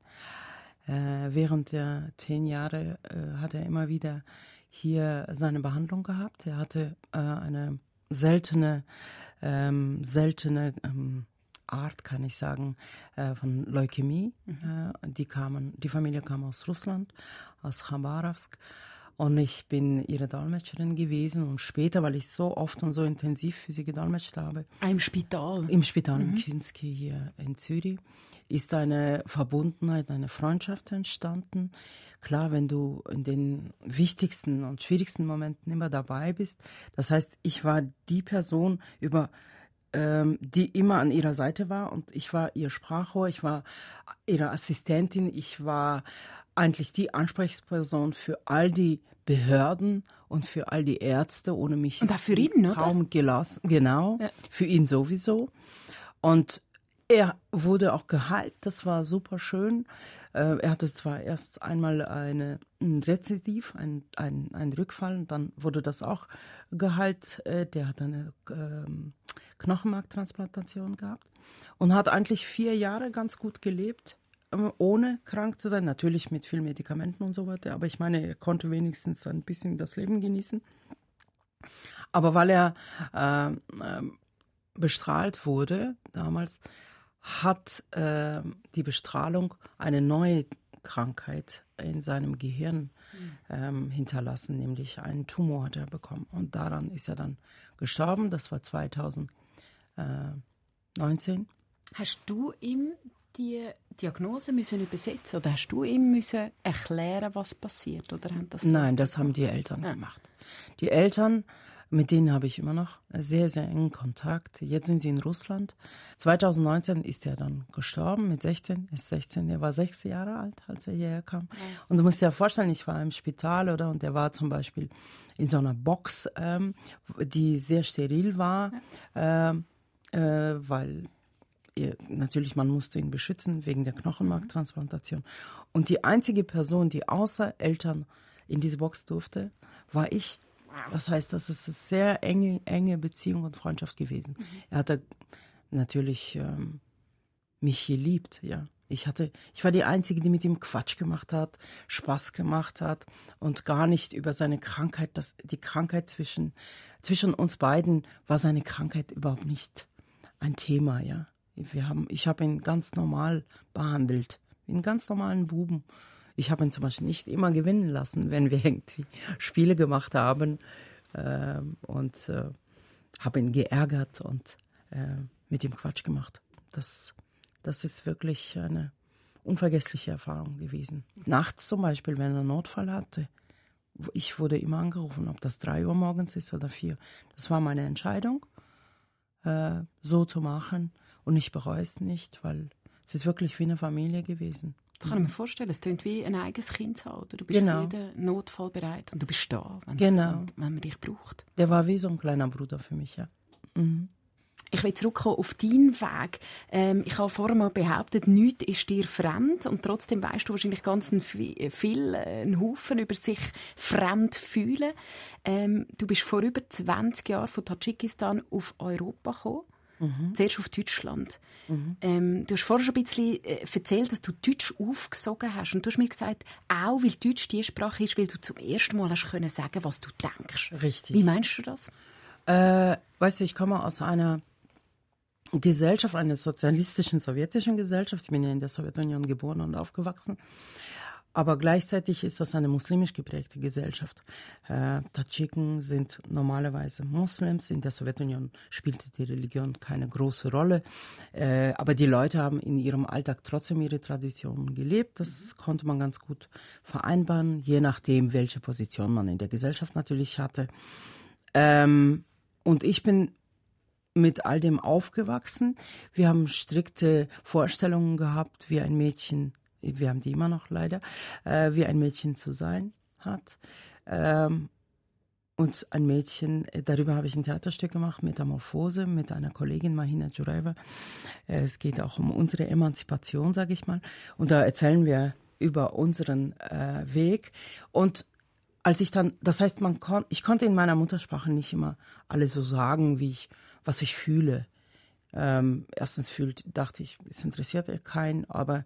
Äh, während der zehn Jahre äh, hat er immer wieder hier seine Behandlung gehabt. Er hatte äh, eine seltene, ähm, seltene ähm, Art, kann ich sagen, äh, von Leukämie. Mhm. Äh, die kamen, die Familie kam aus Russland, aus Chabarovsk. Und ich bin ihre Dolmetscherin gewesen und später, weil ich so oft und so intensiv für sie gedolmetscht habe. Im Spital? Im Spital mhm. im Kinski hier in Zürich ist eine Verbundenheit, eine Freundschaft entstanden. Klar, wenn du in den wichtigsten und schwierigsten Momenten immer dabei bist. Das heißt, ich war die Person, über ähm, die immer an ihrer Seite war und ich war ihr Sprachrohr, ich war ihre Assistentin, ich war eigentlich die Ansprechperson für all die Behörden und für all die Ärzte. Ohne mich und auch für ihn, oder? Kaum gelassen. Genau, ja. Für ihn sowieso. Und er wurde auch geheilt, das war super schön. Er hatte zwar erst einmal eine, ein Rezidiv, ein, ein, ein Rückfall, und dann wurde das auch geheilt. Der hat eine ähm, Knochenmarktransplantation gehabt und hat eigentlich vier Jahre ganz gut gelebt, ohne krank zu sein, natürlich mit vielen Medikamenten und so weiter, aber ich meine, er konnte wenigstens ein bisschen das Leben genießen. Aber weil er äh, äh, bestrahlt wurde damals, hat äh, die Bestrahlung eine neue Krankheit in seinem Gehirn ähm, hinterlassen, nämlich einen Tumor hat er bekommen. Und daran ist er dann gestorben, das war zwanzig neunzehn. Hast du ihm die Diagnose müssen übersetzen oder hast du ihm müssen erklären, was passiert? Oder haben das Nein, das haben die Eltern ja. gemacht. Die Eltern, mit denen habe ich immer noch sehr, sehr engen Kontakt. Jetzt sind sie in Russland. zwanzig neunzehn ist er dann gestorben mit sechzehn, ist sechzehn, er war sechs Jahre alt, als er hierher kam. Ja. Und du musst dir ja vorstellen, ich war im Spital, oder? Und er war zum Beispiel in so einer Box, ähm, die sehr steril war, ja. ähm, äh, weil natürlich, man musste ihn beschützen wegen der Knochenmarktransplantation. Und die einzige Person, die außer Eltern in diese Box durfte, war ich. Das heißt, das ist eine sehr enge, enge Beziehung und Freundschaft gewesen. Mhm. Er hatte natürlich ähm, mich geliebt, ja. Ich hatte, ich war die Einzige, die mit ihm Quatsch gemacht hat, Spaß gemacht hat und gar nicht über seine Krankheit, das, die Krankheit zwischen, zwischen uns beiden war seine Krankheit überhaupt nicht ein Thema, ja. Wir haben, ich habe ihn ganz normal behandelt, wie einen ganz normalen Buben. Ich habe ihn zum Beispiel nicht immer gewinnen lassen, wenn wir irgendwie Spiele gemacht haben, äh, und äh, habe ihn geärgert und äh, mit ihm Quatsch gemacht. Das, das ist wirklich eine unvergessliche Erfahrung gewesen. Nachts zum Beispiel, wenn er einen Notfall hatte, ich wurde immer angerufen, ob das drei Uhr morgens ist oder vier. Das war meine Entscheidung, äh, so zu machen. Und ich bereue es nicht, weil es ist wirklich wie eine Familie gewesen. Das kann ich mir vorstellen. Es klingt wie ein eigenes Kind zu haben. Du bist genau. für jeden Notfall bereit und du bist da, genau. wenn man dich braucht. Der war wie so ein kleiner Bruder für mich, ja. Mhm. Ich will zurückkommen auf deinen Weg. Ähm, ich habe vorher mal behauptet, nichts ist dir fremd und trotzdem weißt du wahrscheinlich ganz ein viel, einen Haufen über sich fremd fühlen. Ähm, du bist vor über zwanzig Jahren von Tadschikistan auf Europa gekommen. Mhm. Zuerst auf Deutschland. Mhm. Ähm, du hast vorher schon ein bisschen äh, erzählt, dass du Deutsch aufgesogen hast. Und du hast mir gesagt, auch weil Deutsch die Sprache ist, weil du zum ersten Mal hast können sagen, was du denkst. Richtig. Wie meinst du das? Äh, weißt du, ich komme aus einer Gesellschaft, einer sozialistischen, sowjetischen Gesellschaft. Ich bin ja in der Sowjetunion geboren und aufgewachsen. Aber gleichzeitig ist das eine muslimisch geprägte Gesellschaft. Äh, Tadschiken sind normalerweise Moslems. In der Sowjetunion spielte die Religion keine große Rolle. Äh, aber die Leute haben in ihrem Alltag trotzdem ihre Traditionen gelebt. Das konnte man ganz gut vereinbaren, je nachdem, welche Position man in der Gesellschaft natürlich hatte. Ähm, und ich bin mit all dem aufgewachsen. Wir haben strikte Vorstellungen gehabt, wie ein Mädchen, wir haben die immer noch leider, äh, wie ein Mädchen zu sein hat. Ähm, und ein Mädchen, darüber habe ich ein Theaterstück gemacht, Metamorphose, mit einer Kollegin, Mahina Djuraeva. Äh, es geht auch um unsere Emanzipation, sage ich mal. Und da erzählen wir über unseren äh, Weg. Und als ich dann, das heißt, man kon, ich konnte in meiner Muttersprache nicht immer alles so sagen, wie ich, was ich fühle. Ähm, erstens fühlt, dachte ich, es interessiert ja keinen, aber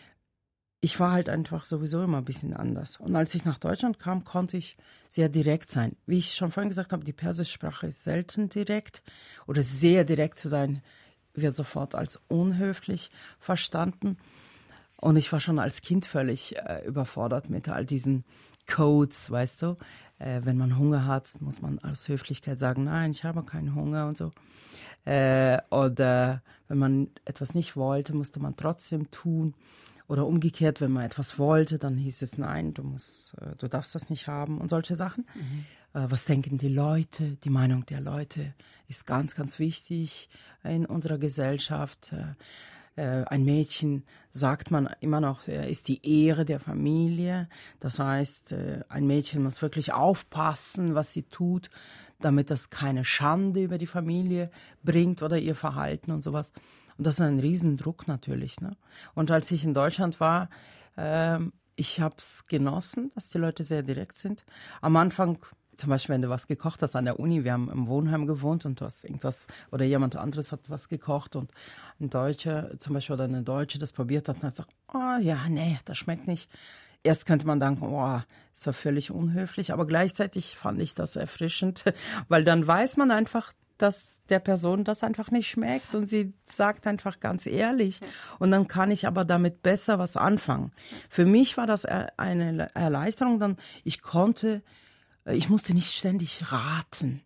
ich war halt einfach sowieso immer ein bisschen anders. Und als ich nach Deutschland kam, konnte ich sehr direkt sein. Wie ich schon vorhin gesagt habe, die Persischsprache ist selten direkt oder sehr direkt zu sein, wird sofort als unhöflich verstanden. Und ich war schon als Kind völlig äh, überfordert mit all diesen Codes, weißt du. Äh, wenn man Hunger hat, muss man aus Höflichkeit sagen, nein, ich habe keinen Hunger und so. Äh, oder wenn man etwas nicht wollte, musste man trotzdem tun. Oder umgekehrt, wenn man etwas wollte, dann hieß es, nein, du musst, äh, du darfst das nicht haben und solche Sachen. Mhm. Äh, was denken die Leute? Die Meinung der Leute ist ganz, ganz wichtig in unserer Gesellschaft. Äh, ein Mädchen, sagt man immer noch, ist die Ehre der Familie. Das heißt, äh, ein Mädchen muss wirklich aufpassen, was sie tut, damit das keine Schande über die Familie bringt oder ihr Verhalten und sowas. Und das ist ein Riesendruck natürlich. Ne? Und als ich in Deutschland war, äh, ich habe es genossen, dass die Leute sehr direkt sind. Am Anfang, zum Beispiel, wenn du was gekocht hast an der Uni, wir haben im Wohnheim gewohnt und du hast irgendwas, oder jemand anderes hat was gekocht und ein Deutscher zum Beispiel oder eine Deutsche das probiert hat und hat gesagt, oh ja, nee, das schmeckt nicht. Erst könnte man denken, oh, das war völlig unhöflich, aber gleichzeitig fand ich das erfrischend, weil dann weiß man einfach, dass der Person das einfach nicht schmeckt und sie sagt einfach ganz ehrlich. Und dann kann ich aber damit besser was anfangen. Für mich war das eine Erleichterung, dann ich konnte, ich musste nicht ständig raten,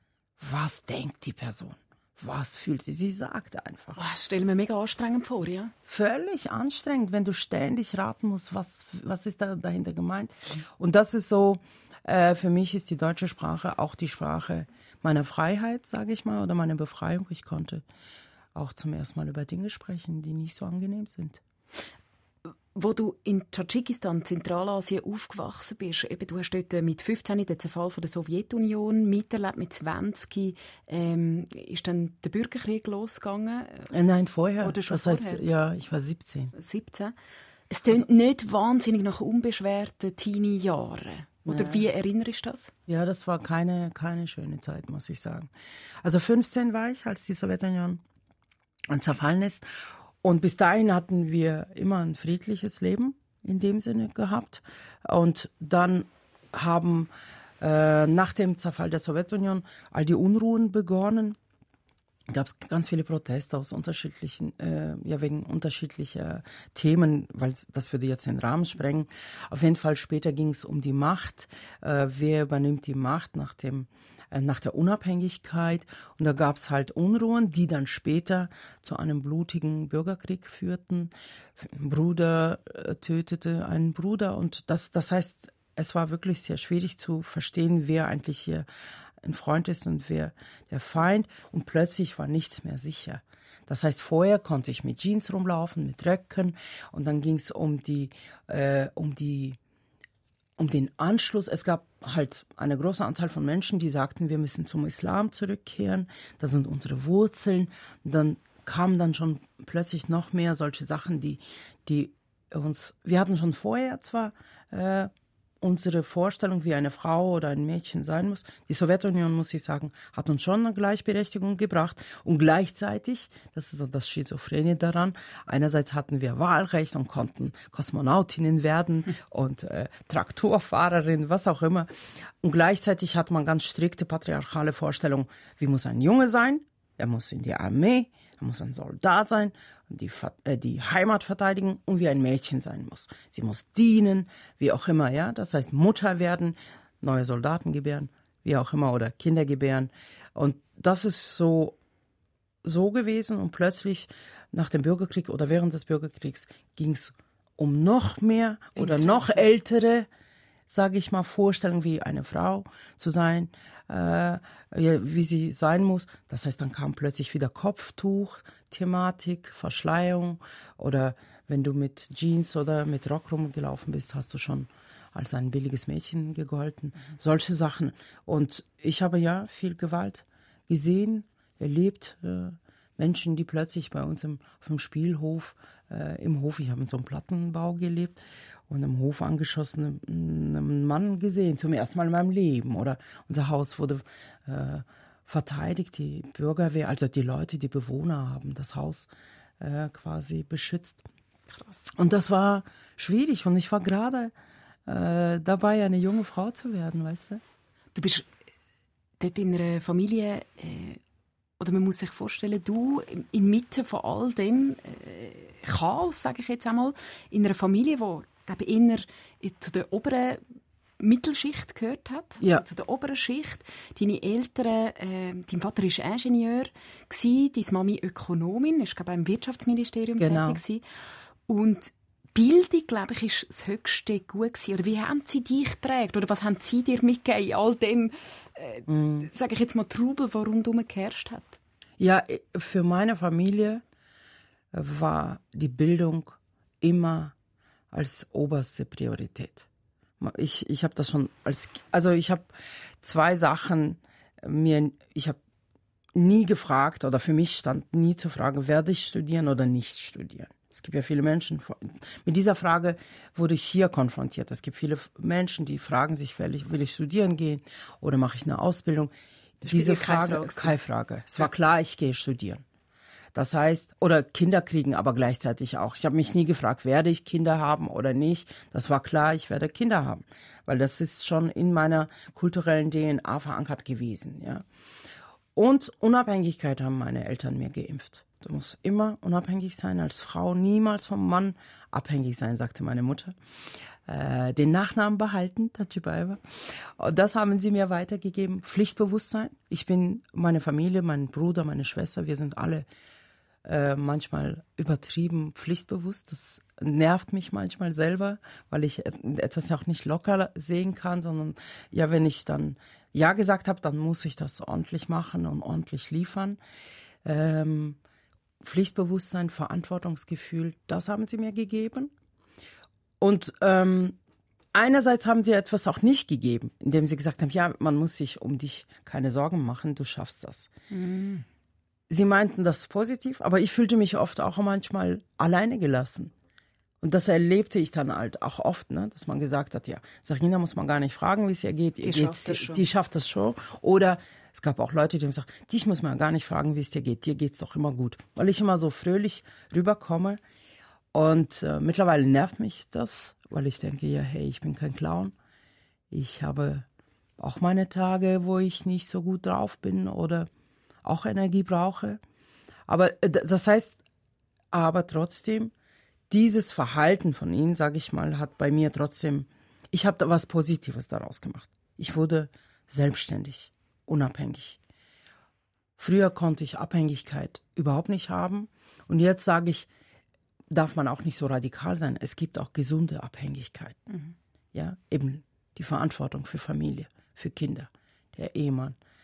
was denkt die Person, was fühlt sie, sie sagt einfach. Oh, das stelle ich mir mega anstrengend vor, ja? Völlig anstrengend, wenn du ständig raten musst, was, was ist da dahinter gemeint. Und das ist so, äh, für mich ist die deutsche Sprache auch die Sprache meiner Freiheit, sage ich mal, oder meine Befreiung. Ich konnte auch zum ersten Mal über Dinge sprechen, die nicht so angenehm sind. Wo du in Tadschikistan, Zentralasien, aufgewachsen bist, eben, du hast dort mit fünfzehn den Zerfall von der Sowjetunion miterlebt, mit zwanzig ähm, ist dann der Bürgerkrieg losgegangen? Äh, nein, vorher. Oder schon das vorher? heißt, ja, ich war siebzehn. siebzehn. Es klingt nicht wahnsinnig nach unbeschwerten Teenie-Jahren. Oder Nein. wie erinnerst du das? Ja, das war keine, keine schöne Zeit, muss ich sagen. Also fünfzehn war ich, als die Sowjetunion zerfallen ist. Und bis dahin hatten wir immer ein friedliches Leben in dem Sinne gehabt. Und dann haben äh, nach dem Zerfall der Sowjetunion all die Unruhen begonnen. Gab es ganz viele Proteste aus unterschiedlichen, äh, ja wegen unterschiedlicher Themen, weil das würde jetzt den Rahmen sprengen. Auf jeden Fall später ging es um die Macht. Äh, wer übernimmt die Macht nach dem äh, nach der Unabhängigkeit? Und da gab es halt Unruhen, die dann später zu einem blutigen Bürgerkrieg führten. Ein Bruder äh, tötete einen Bruder und das, das heißt, es war wirklich sehr schwierig zu verstehen, wer eigentlich hier ein Freund ist und wer der Feind. Und plötzlich war nichts mehr sicher. Das heißt, vorher konnte ich mit Jeans rumlaufen, mit Röcken. Und dann ging es um die, äh, um die, um den Anschluss. Es gab halt eine große Anzahl von Menschen, die sagten, wir müssen zum Islam zurückkehren. Das sind unsere Wurzeln. Und dann kamen dann schon plötzlich noch mehr solche Sachen, die, die uns, wir hatten schon vorher zwar äh, unsere Vorstellung, wie eine Frau oder ein Mädchen sein muss. Die Sowjetunion, muss ich sagen, hat uns schon eine Gleichberechtigung gebracht. Und gleichzeitig, das ist so das Schizophrene daran, einerseits hatten wir Wahlrecht und konnten Kosmonautinnen werden und äh, Traktorfahrerin, was auch immer. Und gleichzeitig hat man ganz strikte patriarchale Vorstellungen, wie muss ein Junge sein? Er muss in die Armee, er muss ein Soldat sein, die, äh, die Heimat verteidigen und wie ein Mädchen sein muss. Sie muss dienen, wie auch immer, ja. Das heißt Mutter werden, neue Soldaten gebären, wie auch immer, oder Kinder gebären. Und das ist so, so gewesen. Und plötzlich nach dem Bürgerkrieg oder während des Bürgerkriegs ging es um noch mehr oder noch ältere, sage ich mal, Vorstellungen, wie eine Frau zu sein, äh, wie sie sein muss. Das heißt, dann kam plötzlich wieder Kopftuch, Thematik, Verschleierung, oder wenn du mit Jeans oder mit Rock rumgelaufen bist, hast du schon als ein billiges Mädchen gegolten. Mhm. Solche Sachen. Und ich habe ja viel Gewalt gesehen, erlebt. Äh, Menschen, die plötzlich bei uns im, auf dem Spielhof, äh, im Hof, ich habe in so einem Plattenbau gelebt, und im Hof angeschossen einen Mann gesehen, zum ersten Mal in meinem Leben. Oder unser Haus wurde äh, verteidigt, die Bürgerwehr, also die Leute, die Bewohner haben das Haus äh, quasi beschützt. Krass. Und das war schwierig und ich war gerade äh, dabei, eine junge Frau zu werden, weißt du? Du bist dort in einer Familie, äh, oder man muss sich vorstellen, du inmitten von all dem äh, Chaos, sage ich jetzt einmal, in einer Familie, die glaube eher zu der oberen Mittelschicht gehört hat, ja. also zu der oberen Schicht. Deine Eltern, äh, dein Vater war Ingenieur, deine Mami Ökonomin, ist glaube ich im Wirtschaftsministerium genau. tätig gewesen. Und Bildung, glaube ich, ist das höchste Gut gewesen. Oder wie haben sie dich geprägt? Oder was haben sie dir mitgegeben in all dem, äh, mm. sage ich jetzt mal, Trubel, der rundherum geherrscht hat? Ja, für meine Familie war die Bildung immer als oberste Priorität. Ich, ich habe das schon als, also ich habe zwei Sachen mir, ich habe nie gefragt, oder für mich stand nie zur Frage, werde ich studieren oder nicht studieren. Es gibt ja viele Menschen, mit dieser Frage wurde ich hier konfrontiert. Es gibt viele Menschen, die fragen sich, will ich, will ich studieren gehen oder mache ich eine Ausbildung? Das Diese Frage, keine Frage. Keine Frage. Es war klar, ich gehe studieren. Das heißt, oder Kinder kriegen, aber gleichzeitig auch. Ich habe mich nie gefragt, werde ich Kinder haben oder nicht. Das war klar, ich werde Kinder haben, weil das ist schon in meiner kulturellen D N A verankert gewesen. Ja. Und Unabhängigkeit haben meine Eltern mir geimpft. Du musst immer unabhängig sein als Frau, niemals vom Mann abhängig sein, sagte meine Mutter. Äh, den Nachnamen behalten, Tachibaeva. Und das haben sie mir weitergegeben. Pflichtbewusstsein. Ich bin, meine Familie, mein Bruder, meine Schwester, wir sind alle Äh, manchmal übertrieben pflichtbewusst. Das nervt mich manchmal selber, weil ich etwas auch nicht locker sehen kann, sondern ja, wenn ich dann Ja gesagt habe, dann muss ich das ordentlich machen und ordentlich liefern. Ähm, Pflichtbewusstsein, Verantwortungsgefühl, das haben sie mir gegeben. Und ähm, einerseits haben sie etwas auch nicht gegeben, indem sie gesagt haben, ja, man muss sich um dich keine Sorgen machen, du schaffst das. Mhm. Sie meinten das positiv, aber ich fühlte mich oft auch manchmal alleine gelassen. Und das erlebte ich dann halt auch oft, ne, dass man gesagt hat, ja, Sarina muss man gar nicht fragen, wie es ihr geht. Die, ihr schafft, geht's, das die schafft das schon. Oder es gab auch Leute, die haben gesagt, dich muss man gar nicht fragen, wie es dir geht. Dir geht's doch immer gut. Weil ich immer so fröhlich rüberkomme. Und äh, mittlerweile nervt mich das, weil ich denke, ja, hey, ich bin kein Clown. Ich habe auch meine Tage, wo ich nicht so gut drauf bin oder auch Energie brauche. Aber das heißt, aber trotzdem, dieses Verhalten von ihnen, sage ich mal, hat bei mir trotzdem, ich habe da was Positives daraus gemacht. Ich wurde selbstständig, unabhängig. Früher konnte ich Abhängigkeit überhaupt nicht haben. Und jetzt sage ich, darf man auch nicht so radikal sein. Es gibt auch gesunde Abhängigkeit. Mhm. Ja, eben die Verantwortung für Familie, für Kinder, der Ehemann.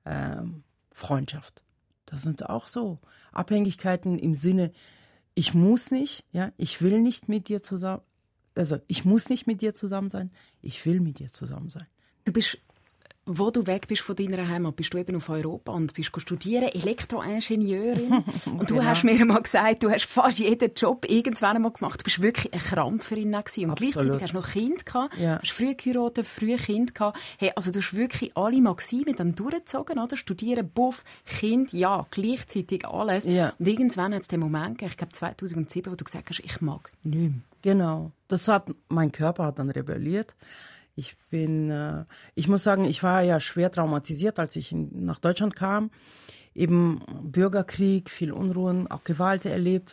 ähm, Freundschaft. Das sind auch so Abhängigkeiten im Sinne, ich muss nicht, ja, ich will nicht mit dir zusammen, also ich muss nicht mit dir zusammen sein, ich will mit dir zusammen sein. Du bist, wo du weg bist von deiner Heimat, bist du eben auf Europa und bist studieren, Elektroingenieurin. Und du genau. hast mir mal gesagt, du hast fast jeden Job irgendwann einmal gemacht. Du bist wirklich eine Krampferin gewesen. Und Absolut. Gleichzeitig hast du noch Kind gehabt, ja. hast früh geheiratet, früh Kind gehabt. Hey, also du hast wirklich alle mal gewesen, mit dem durchgezogen, oder? Studieren, Buff, Kind, ja, gleichzeitig alles. Ja. Und irgendwann hat es den Moment gegeben, ich glaube zweitausendsieben, wo du gesagt hast, ich mag nichts mehr. Genau. Das hat, mein Körper hat dann rebelliert. Ich bin, äh, ich muss sagen, ich war ja schwer traumatisiert, als ich in, nach Deutschland kam. Eben Bürgerkrieg, viel Unruhen, auch Gewalt erlebt.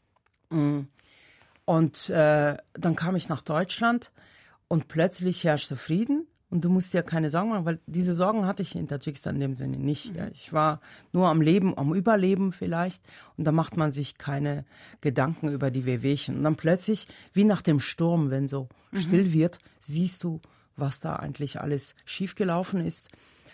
Und äh, dann kam ich nach Deutschland und plötzlich herrschte Frieden. Und du musst dir ja keine Sorgen machen, weil diese Sorgen hatte ich in Tadschikistan in dem Sinne nicht. Ja. Ich war nur am Leben, am Überleben vielleicht. Und da macht man sich keine Gedanken über die Wehwehchen. Und dann plötzlich, wie nach dem Sturm, wenn so mhm. still wird, siehst du, was da eigentlich alles schiefgelaufen ist.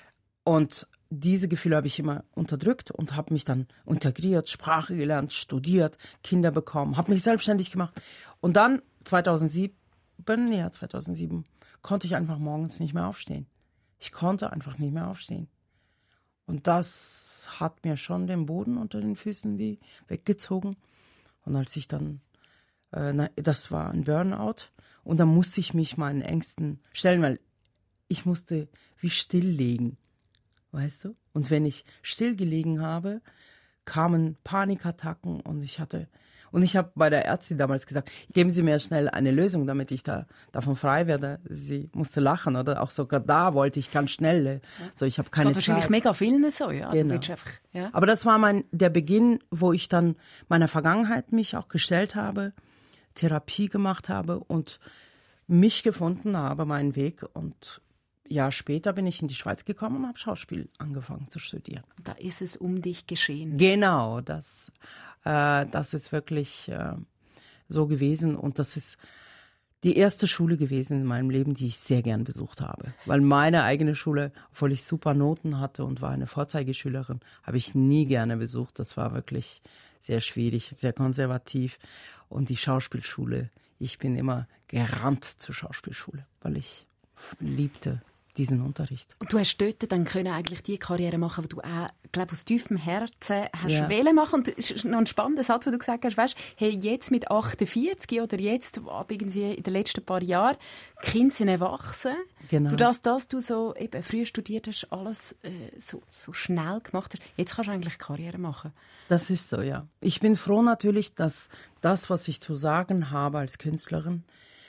Und diese Gefühle habe ich immer unterdrückt und habe mich dann integriert, Sprache gelernt, studiert, Kinder bekommen, habe mich selbstständig gemacht. Und dann zweitausendsieben, ja zweitausendsieben, konnte ich einfach morgens nicht mehr aufstehen. Ich konnte einfach nicht mehr aufstehen. Und das hat mir schon den Boden unter den Füßen wie weggezogen. Und als ich dann, äh, na, das war ein Burnout, und dann musste ich mich meinen Ängsten stellen, weil ich musste wie stilllegen, weißt du? Und wenn ich still gelegen habe, kamen Panikattacken und ich hatte... Und ich habe bei der Ärztin damals gesagt, geben Sie mir schnell eine Lösung, damit ich da davon frei werde. Sie musste lachen, oder? Auch sogar da wollte ich ganz schnell. Ja. So, ich habe keine das geht wahrscheinlich mega vielen so, ja. Genau. Du willst einfach, ja. Aber das war mein der Beginn, wo ich dann meiner Vergangenheit mich auch gestellt habe, Therapie gemacht habe und mich gefunden habe, meinen Weg. Und ein Jahr später bin ich in die Schweiz gekommen und habe Schauspiel angefangen zu studieren. Da ist es um dich geschehen. Genau, das... Das ist wirklich äh, so gewesen und das ist die erste Schule gewesen in meinem Leben, die ich sehr gern besucht habe. Weil meine eigene Schule, obwohl ich super Noten hatte und war eine Vorzeigeschülerin, habe ich nie gerne besucht. Das war wirklich sehr schwierig, sehr konservativ. Und die Schauspielschule, ich bin immer gerannt zur Schauspielschule, weil ich liebte diesen Unterricht. Und du hast dort dann können eigentlich die Karriere machen, die du auch, glaube aus tiefem Herzen hast ja. wollen machen. Und es ist noch ein spannender Satz, wo du gesagt hast, weißt, hey, jetzt mit achtundvierzig oder jetzt ab irgendwie in den letzten paar Jahren, die Kinder sind erwachsen. Genau. Du das, dass du so eben früh studiert hast, alles äh, so, so schnell gemacht hast, jetzt kannst du eigentlich Karriere machen. Das ist so, ja. Ich bin froh natürlich, dass das, was ich zu sagen habe als Künstlerin,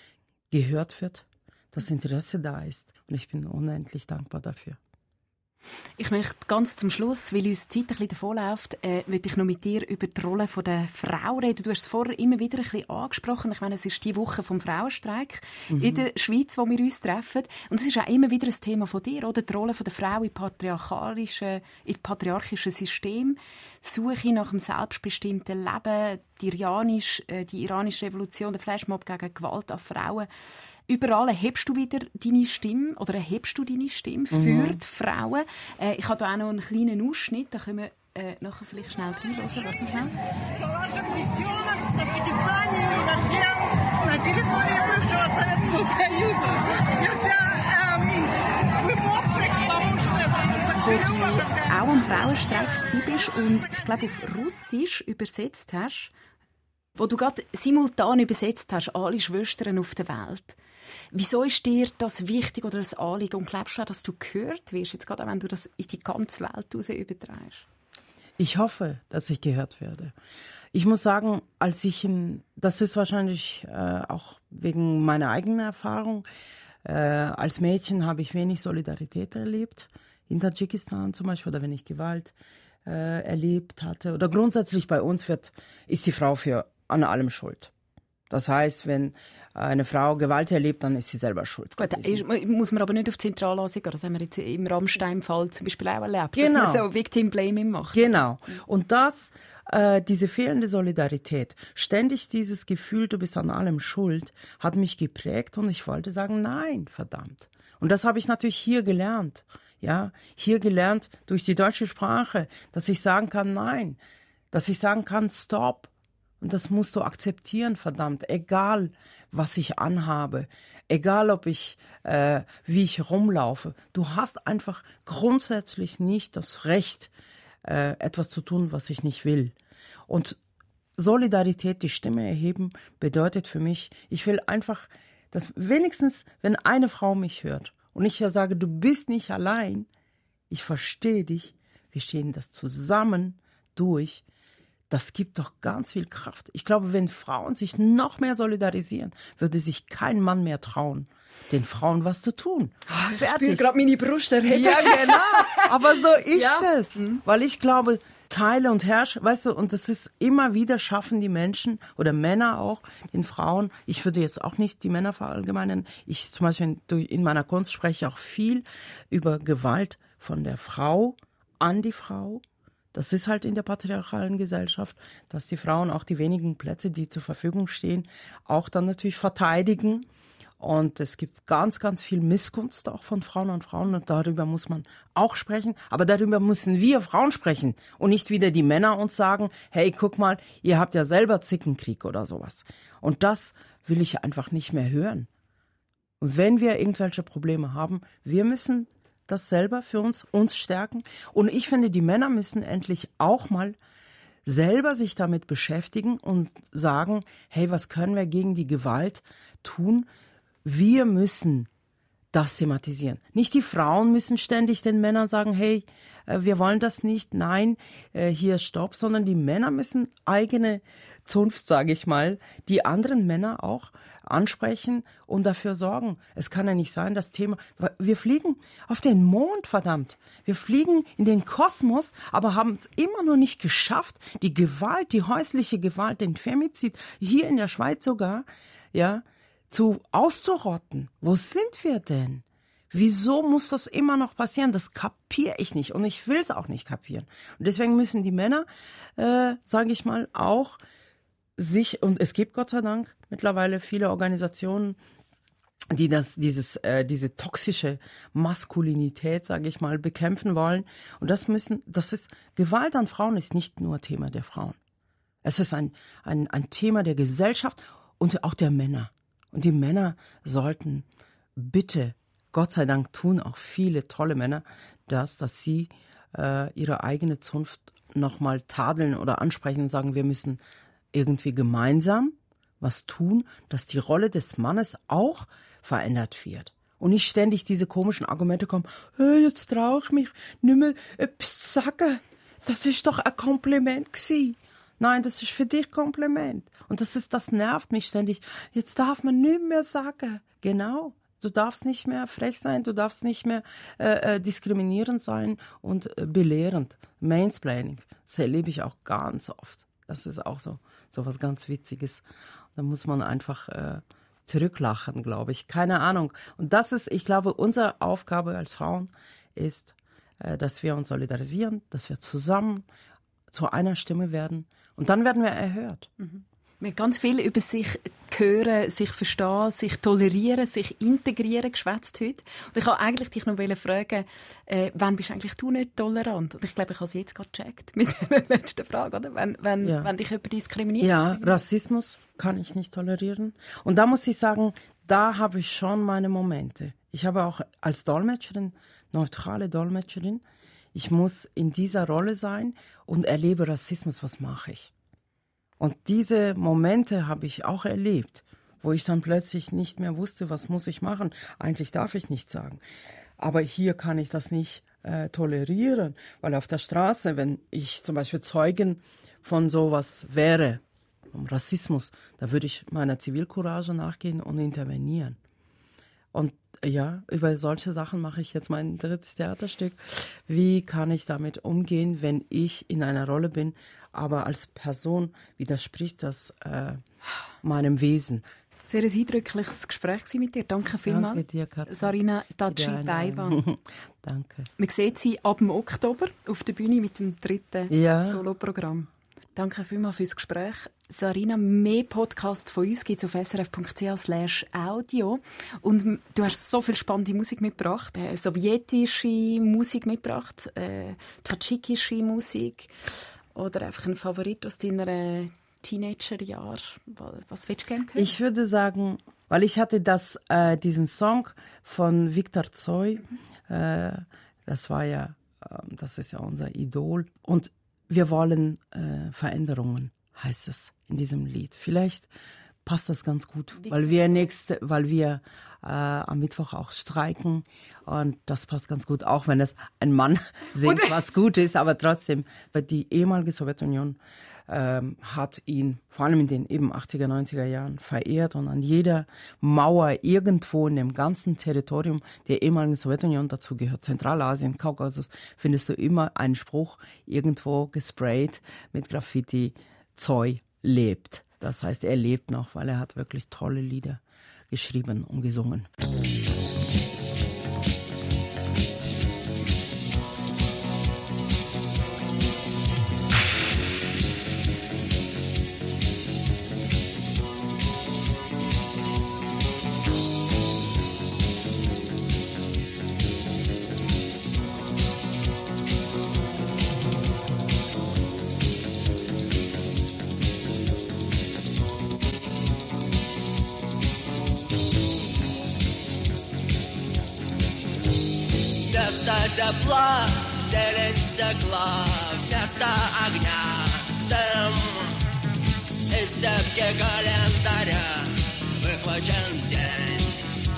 gehört wird. Das Interesse da ist. Und ich bin unendlich dankbar dafür. Ich möchte ganz zum Schluss, weil uns die Zeit ein bisschen davonläuft, äh, möchte ich noch mit dir über die Rolle der Frau reden. Du hast es vorher immer wieder ein bisschen angesprochen. Ich meine, es ist die Woche vom Frauenstreik mhm. in der Schweiz, wo wir uns treffen. Und es ist auch immer wieder ein Thema von dir, oder? Die Rolle der Frau im patriarchalischen, im patriarchischen System. Suche nach einem selbstbestimmten Leben, die, Iranisch, äh, die iranische Revolution, der Flashmob gegen Gewalt an Frauen. Überall erhebst du wieder deine Stimme oder erhebst du deine Stimme für mhm. die Frauen. Äh, ich habe hier auch noch einen kleinen Ausschnitt, da können wir äh, nachher vielleicht schnell reinhören. Warte schnell. Wo du auch am Frauenstreik warst und ich glaube auf Russisch übersetzt hast, wo du gerade simultan übersetzt hast, alle Schwestern auf der Welt. Wieso ist dir das wichtig oder das Anliegen? Und glaubst du auch, dass du gehört wirst, jetzt gerade auch, wenn du das in die ganze Welt raus überträgst? Ich hoffe, dass ich gehört werde. Ich muss sagen, als ich in, das ist wahrscheinlich äh, auch wegen meiner eigenen Erfahrung, äh, als Mädchen habe ich wenig Solidarität erlebt, in Tadschikistan zum Beispiel, oder wenn ich Gewalt äh, erlebt hatte. Oder grundsätzlich bei uns wird, ist die Frau für an allem schuld. Das heißt, wenn eine Frau Gewalt erlebt, dann ist sie selber schuld. Gut, muss man aber nicht auf Zentralasien gehen. Das haben wir jetzt im Rammstein-Fall zum Beispiel auch erlebt, genau. dass man so Victim-Blaming macht. Genau. Und das, äh, diese fehlende Solidarität, ständig dieses Gefühl, du bist an allem schuld, hat mich geprägt und ich wollte sagen, nein, verdammt. Und das habe ich natürlich hier gelernt. Ja, hier gelernt durch die deutsche Sprache, dass ich sagen kann, nein, dass ich sagen kann, stopp. Und das musst du akzeptieren, verdammt, egal was ich anhabe, egal ob ich, äh, wie ich rumlaufe. Du hast einfach grundsätzlich nicht das Recht, äh, etwas zu tun, was ich nicht will. Und Solidarität, die Stimme erheben, bedeutet für mich, ich will einfach, dass wenigstens, wenn eine Frau mich hört und ich ja sage, du bist nicht allein, ich verstehe dich, wir stehen das zusammen durch. Das gibt doch ganz viel Kraft. Ich glaube, wenn Frauen sich noch mehr solidarisieren, würde sich kein Mann mehr trauen, den Frauen was zu tun. Ich spüre gerade meine Brust erheben. Ja, genau. Aber so ist ja. es. Mhm. Weil ich glaube, Teile und Herrsche, weißt du, und das ist immer wieder schaffen die Menschen oder Männer auch, den Frauen, ich würde jetzt auch nicht die Männer verallgemeinern, ich zum Beispiel in, in meiner Kunst spreche auch viel über Gewalt von der Frau an die Frau. Das ist halt in der patriarchalen Gesellschaft, dass die Frauen auch die wenigen Plätze, die zur Verfügung stehen, auch dann natürlich verteidigen. Und es gibt ganz, ganz viel Missgunst auch von Frauen an Frauen und darüber muss man auch sprechen. Aber darüber müssen wir Frauen sprechen und nicht wieder die Männer uns sagen, hey, guck mal, ihr habt ja selber Zickenkrieg oder sowas. Und das will ich einfach nicht mehr hören. Und wenn wir irgendwelche Probleme haben, wir müssen das selber für uns, uns stärken. Und ich finde, die Männer müssen endlich auch mal selber sich damit beschäftigen und sagen, hey, was können wir gegen die Gewalt tun? Wir müssen das thematisieren. Nicht die Frauen müssen ständig den Männern sagen, hey, wir wollen das nicht, nein, hier stopp, sondern die Männer müssen eigene Zunft, sage ich mal, die anderen Männer auch ansprechen und dafür sorgen. Es kann ja nicht sein, das Thema, wir fliegen auf den Mond, verdammt. Wir fliegen in den Kosmos, aber haben es immer noch nicht geschafft, die Gewalt, die häusliche Gewalt, den Femizid, hier in der Schweiz sogar, ja, zu auszurotten. Wo sind wir denn? Wieso muss das immer noch passieren? Das kapiere ich nicht und ich will es auch nicht kapieren. Und deswegen müssen die Männer, äh, sage ich mal, auch sich, und es gibt Gott sei Dank mittlerweile viele Organisationen, die das, dieses, äh, diese toxische Maskulinität, sage ich mal, bekämpfen wollen. Und das müssen, das ist, Gewalt an Frauen ist nicht nur Thema der Frauen. Es ist ein, ein, ein Thema der Gesellschaft und auch der Männer. Und die Männer sollten bitte, Gott sei Dank tun auch viele tolle Männer das, dass sie äh, ihre eigene Zunft nochmal tadeln oder ansprechen und sagen, wir müssen irgendwie gemeinsam was tun, dass die Rolle des Mannes auch verändert wird. Und nicht ständig diese komischen Argumente kommen, hey, jetzt traue ich mich nicht mehr etwas sagen. Das ist doch ein Kompliment gewesen. Nein, das ist für dich Kompliment. Und das ist, das nervt mich ständig. Jetzt darf man nicht mehr sagen. Genau. Du darfst nicht mehr frech sein, du darfst nicht mehr äh, äh, diskriminierend sein und äh, belehrend. Mansplaining, das erlebe ich auch ganz oft. Das ist auch so, so was ganz Witziges. Da muss man einfach äh, zurücklachen, glaube ich. Keine Ahnung. Und das ist, ich glaube, unsere Aufgabe als Frauen ist, äh, dass wir uns solidarisieren, dass wir zusammen zu einer Stimme werden. Und dann werden wir erhört. Mhm. Wir haben ganz viel über sich hören, sich verstehen, sich tolerieren, sich integrieren geschwätzt heute. Und ich wollte eigentlich dich noch fragen, äh, wann bist eigentlich du nicht tolerant? Und ich glaube, ich habe es jetzt gerade gecheckt mit der letzten Frage, oder? Wenn, wenn, ja. wenn dich jemand diskriminiert. Ja, Rassismus kann ich nicht tolerieren. Und da muss ich sagen, da habe ich schon meine Momente. Ich habe auch als Dolmetscherin, neutrale Dolmetscherin, ich muss in dieser Rolle sein und erlebe Rassismus. Was mache ich? Und diese Momente habe ich auch erlebt, wo ich dann plötzlich nicht mehr wusste, was muss ich machen. Eigentlich darf ich nichts sagen. Aber hier kann ich das nicht äh, tolerieren, weil auf der Straße, wenn ich zum Beispiel Zeugin von sowas wäre, vom Rassismus, da würde ich meiner Zivilcourage nachgehen und intervenieren. Und ja, über solche Sachen mache ich jetzt mein drittes Theaterstück. Wie kann ich damit umgehen, wenn ich in einer Rolle bin, aber als Person widerspricht das äh, meinem Wesen. Sehr ein eindrückliches Gespräch mit dir. Danke vielmals. Danke dir, Katja. Sarina Taci-Baiwan. Danke. Man sieht sie ab dem Oktober auf der Bühne mit dem dritten ja. Soloprogramm. Danke vielmals fürs Gespräch. Sarina, mehr Podcasts von uns gibt es auf s r f punkt c h slash audio. Und du hast so viel spannende Musik mitgebracht. Äh, sowjetische Musik mitgebracht, äh, tadschikische Musik oder einfach ein Favorit aus deiner Teenagerjahren. Was würdest du gerne hören? Ich würde sagen, weil ich hatte das, äh, diesen Song von Viktor Tsoi, mhm. äh, das war ja, äh, das ist ja unser Idol. Und wir wollen äh, Veränderungen, heißt es in diesem Lied. Vielleicht passt das ganz gut, weil wir nächste, weil wir äh, am Mittwoch auch streiken und das passt ganz gut, auch wenn es ein Mann singt, was gut ist, aber trotzdem, weil die ehemalige Sowjetunion ähm, hat ihn vor allem in den eben achtziger, neunziger Jahren verehrt und an jeder Mauer irgendwo in dem ganzen Territorium der ehemaligen Sowjetunion, dazu gehört Zentralasien, Kaukasus, findest du immer einen Spruch irgendwo gesprayt mit Graffiti, Tsoi lebt. Das heißt, er lebt noch, weil er hat wirklich tolle Lieder geschrieben und gesungen. Тепла, зелень стекла, вместо огня дым. Из сетки календаря выхвачен день.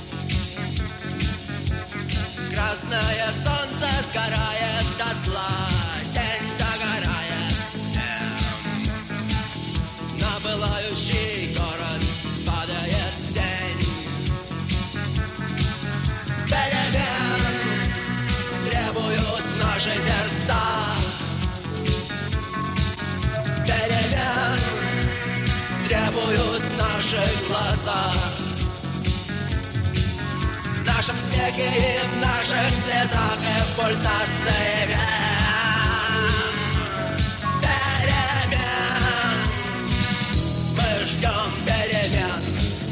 Красное солнце сгорает дотла, день догорает с ним. На пылающий город падает тень. Перемен требуют наши сердца. Перемен требуют наши глаза. В нашем смехе и в наших слезах и в пульсации вен. Перемен. Мы ждем перемен.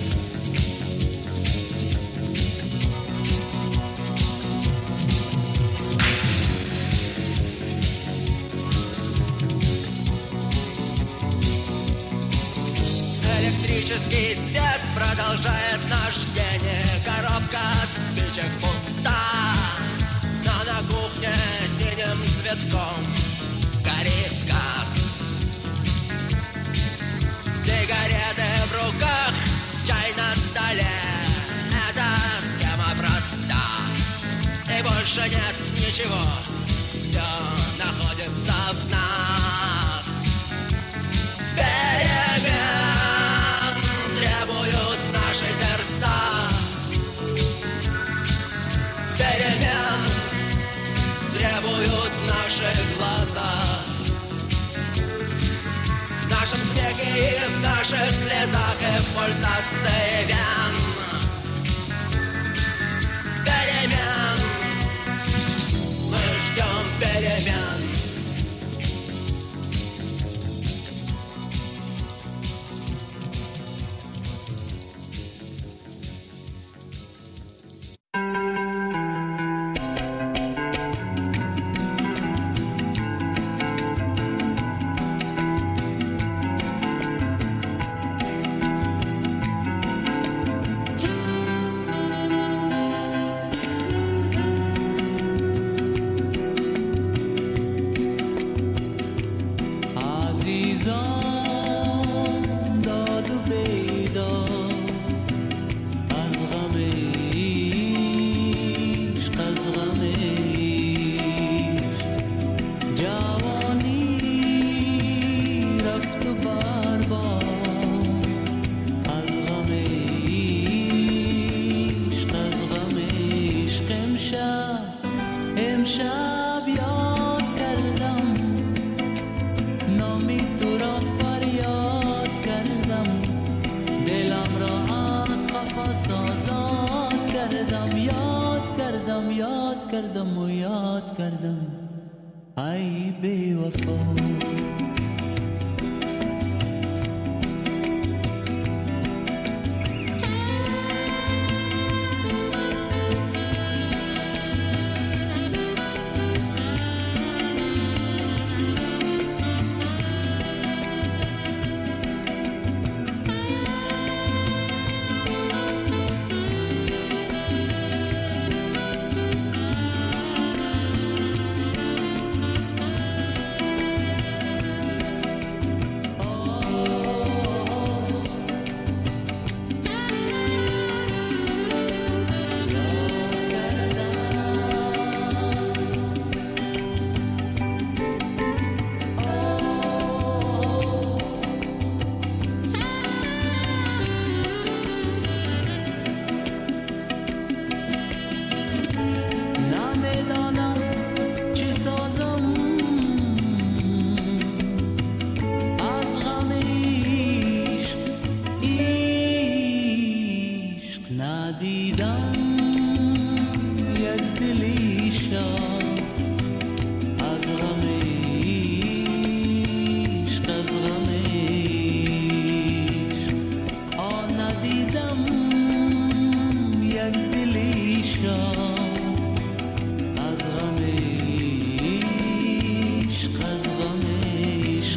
Электрический свет продолжает наш день. Коробка от спичек пуста, но на кухне синим цветком горит газ. Сигареты в руках, чай на столе. Эта схема проста, и больше нет ничего. Все находится в нас. Перемен требуют наши сердца. Перемен требуют наши глаза. В нашем смехе и в наших слезах и в пульсации вен. Перемен. Мы ждем перемен.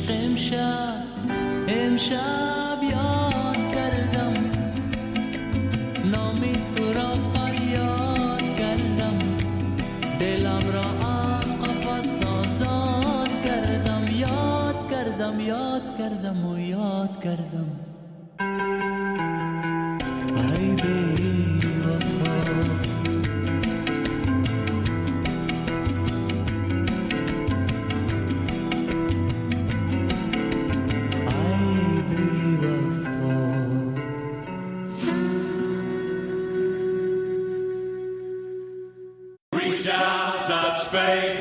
عشق امشب امشب یاد کردم نامی تو را فریاد کردم دلم را از قفس آزاد کردم یاد کردم یاد کردم و یاد کردم ای بی وفا ای بی وفا Reach out, touch faith.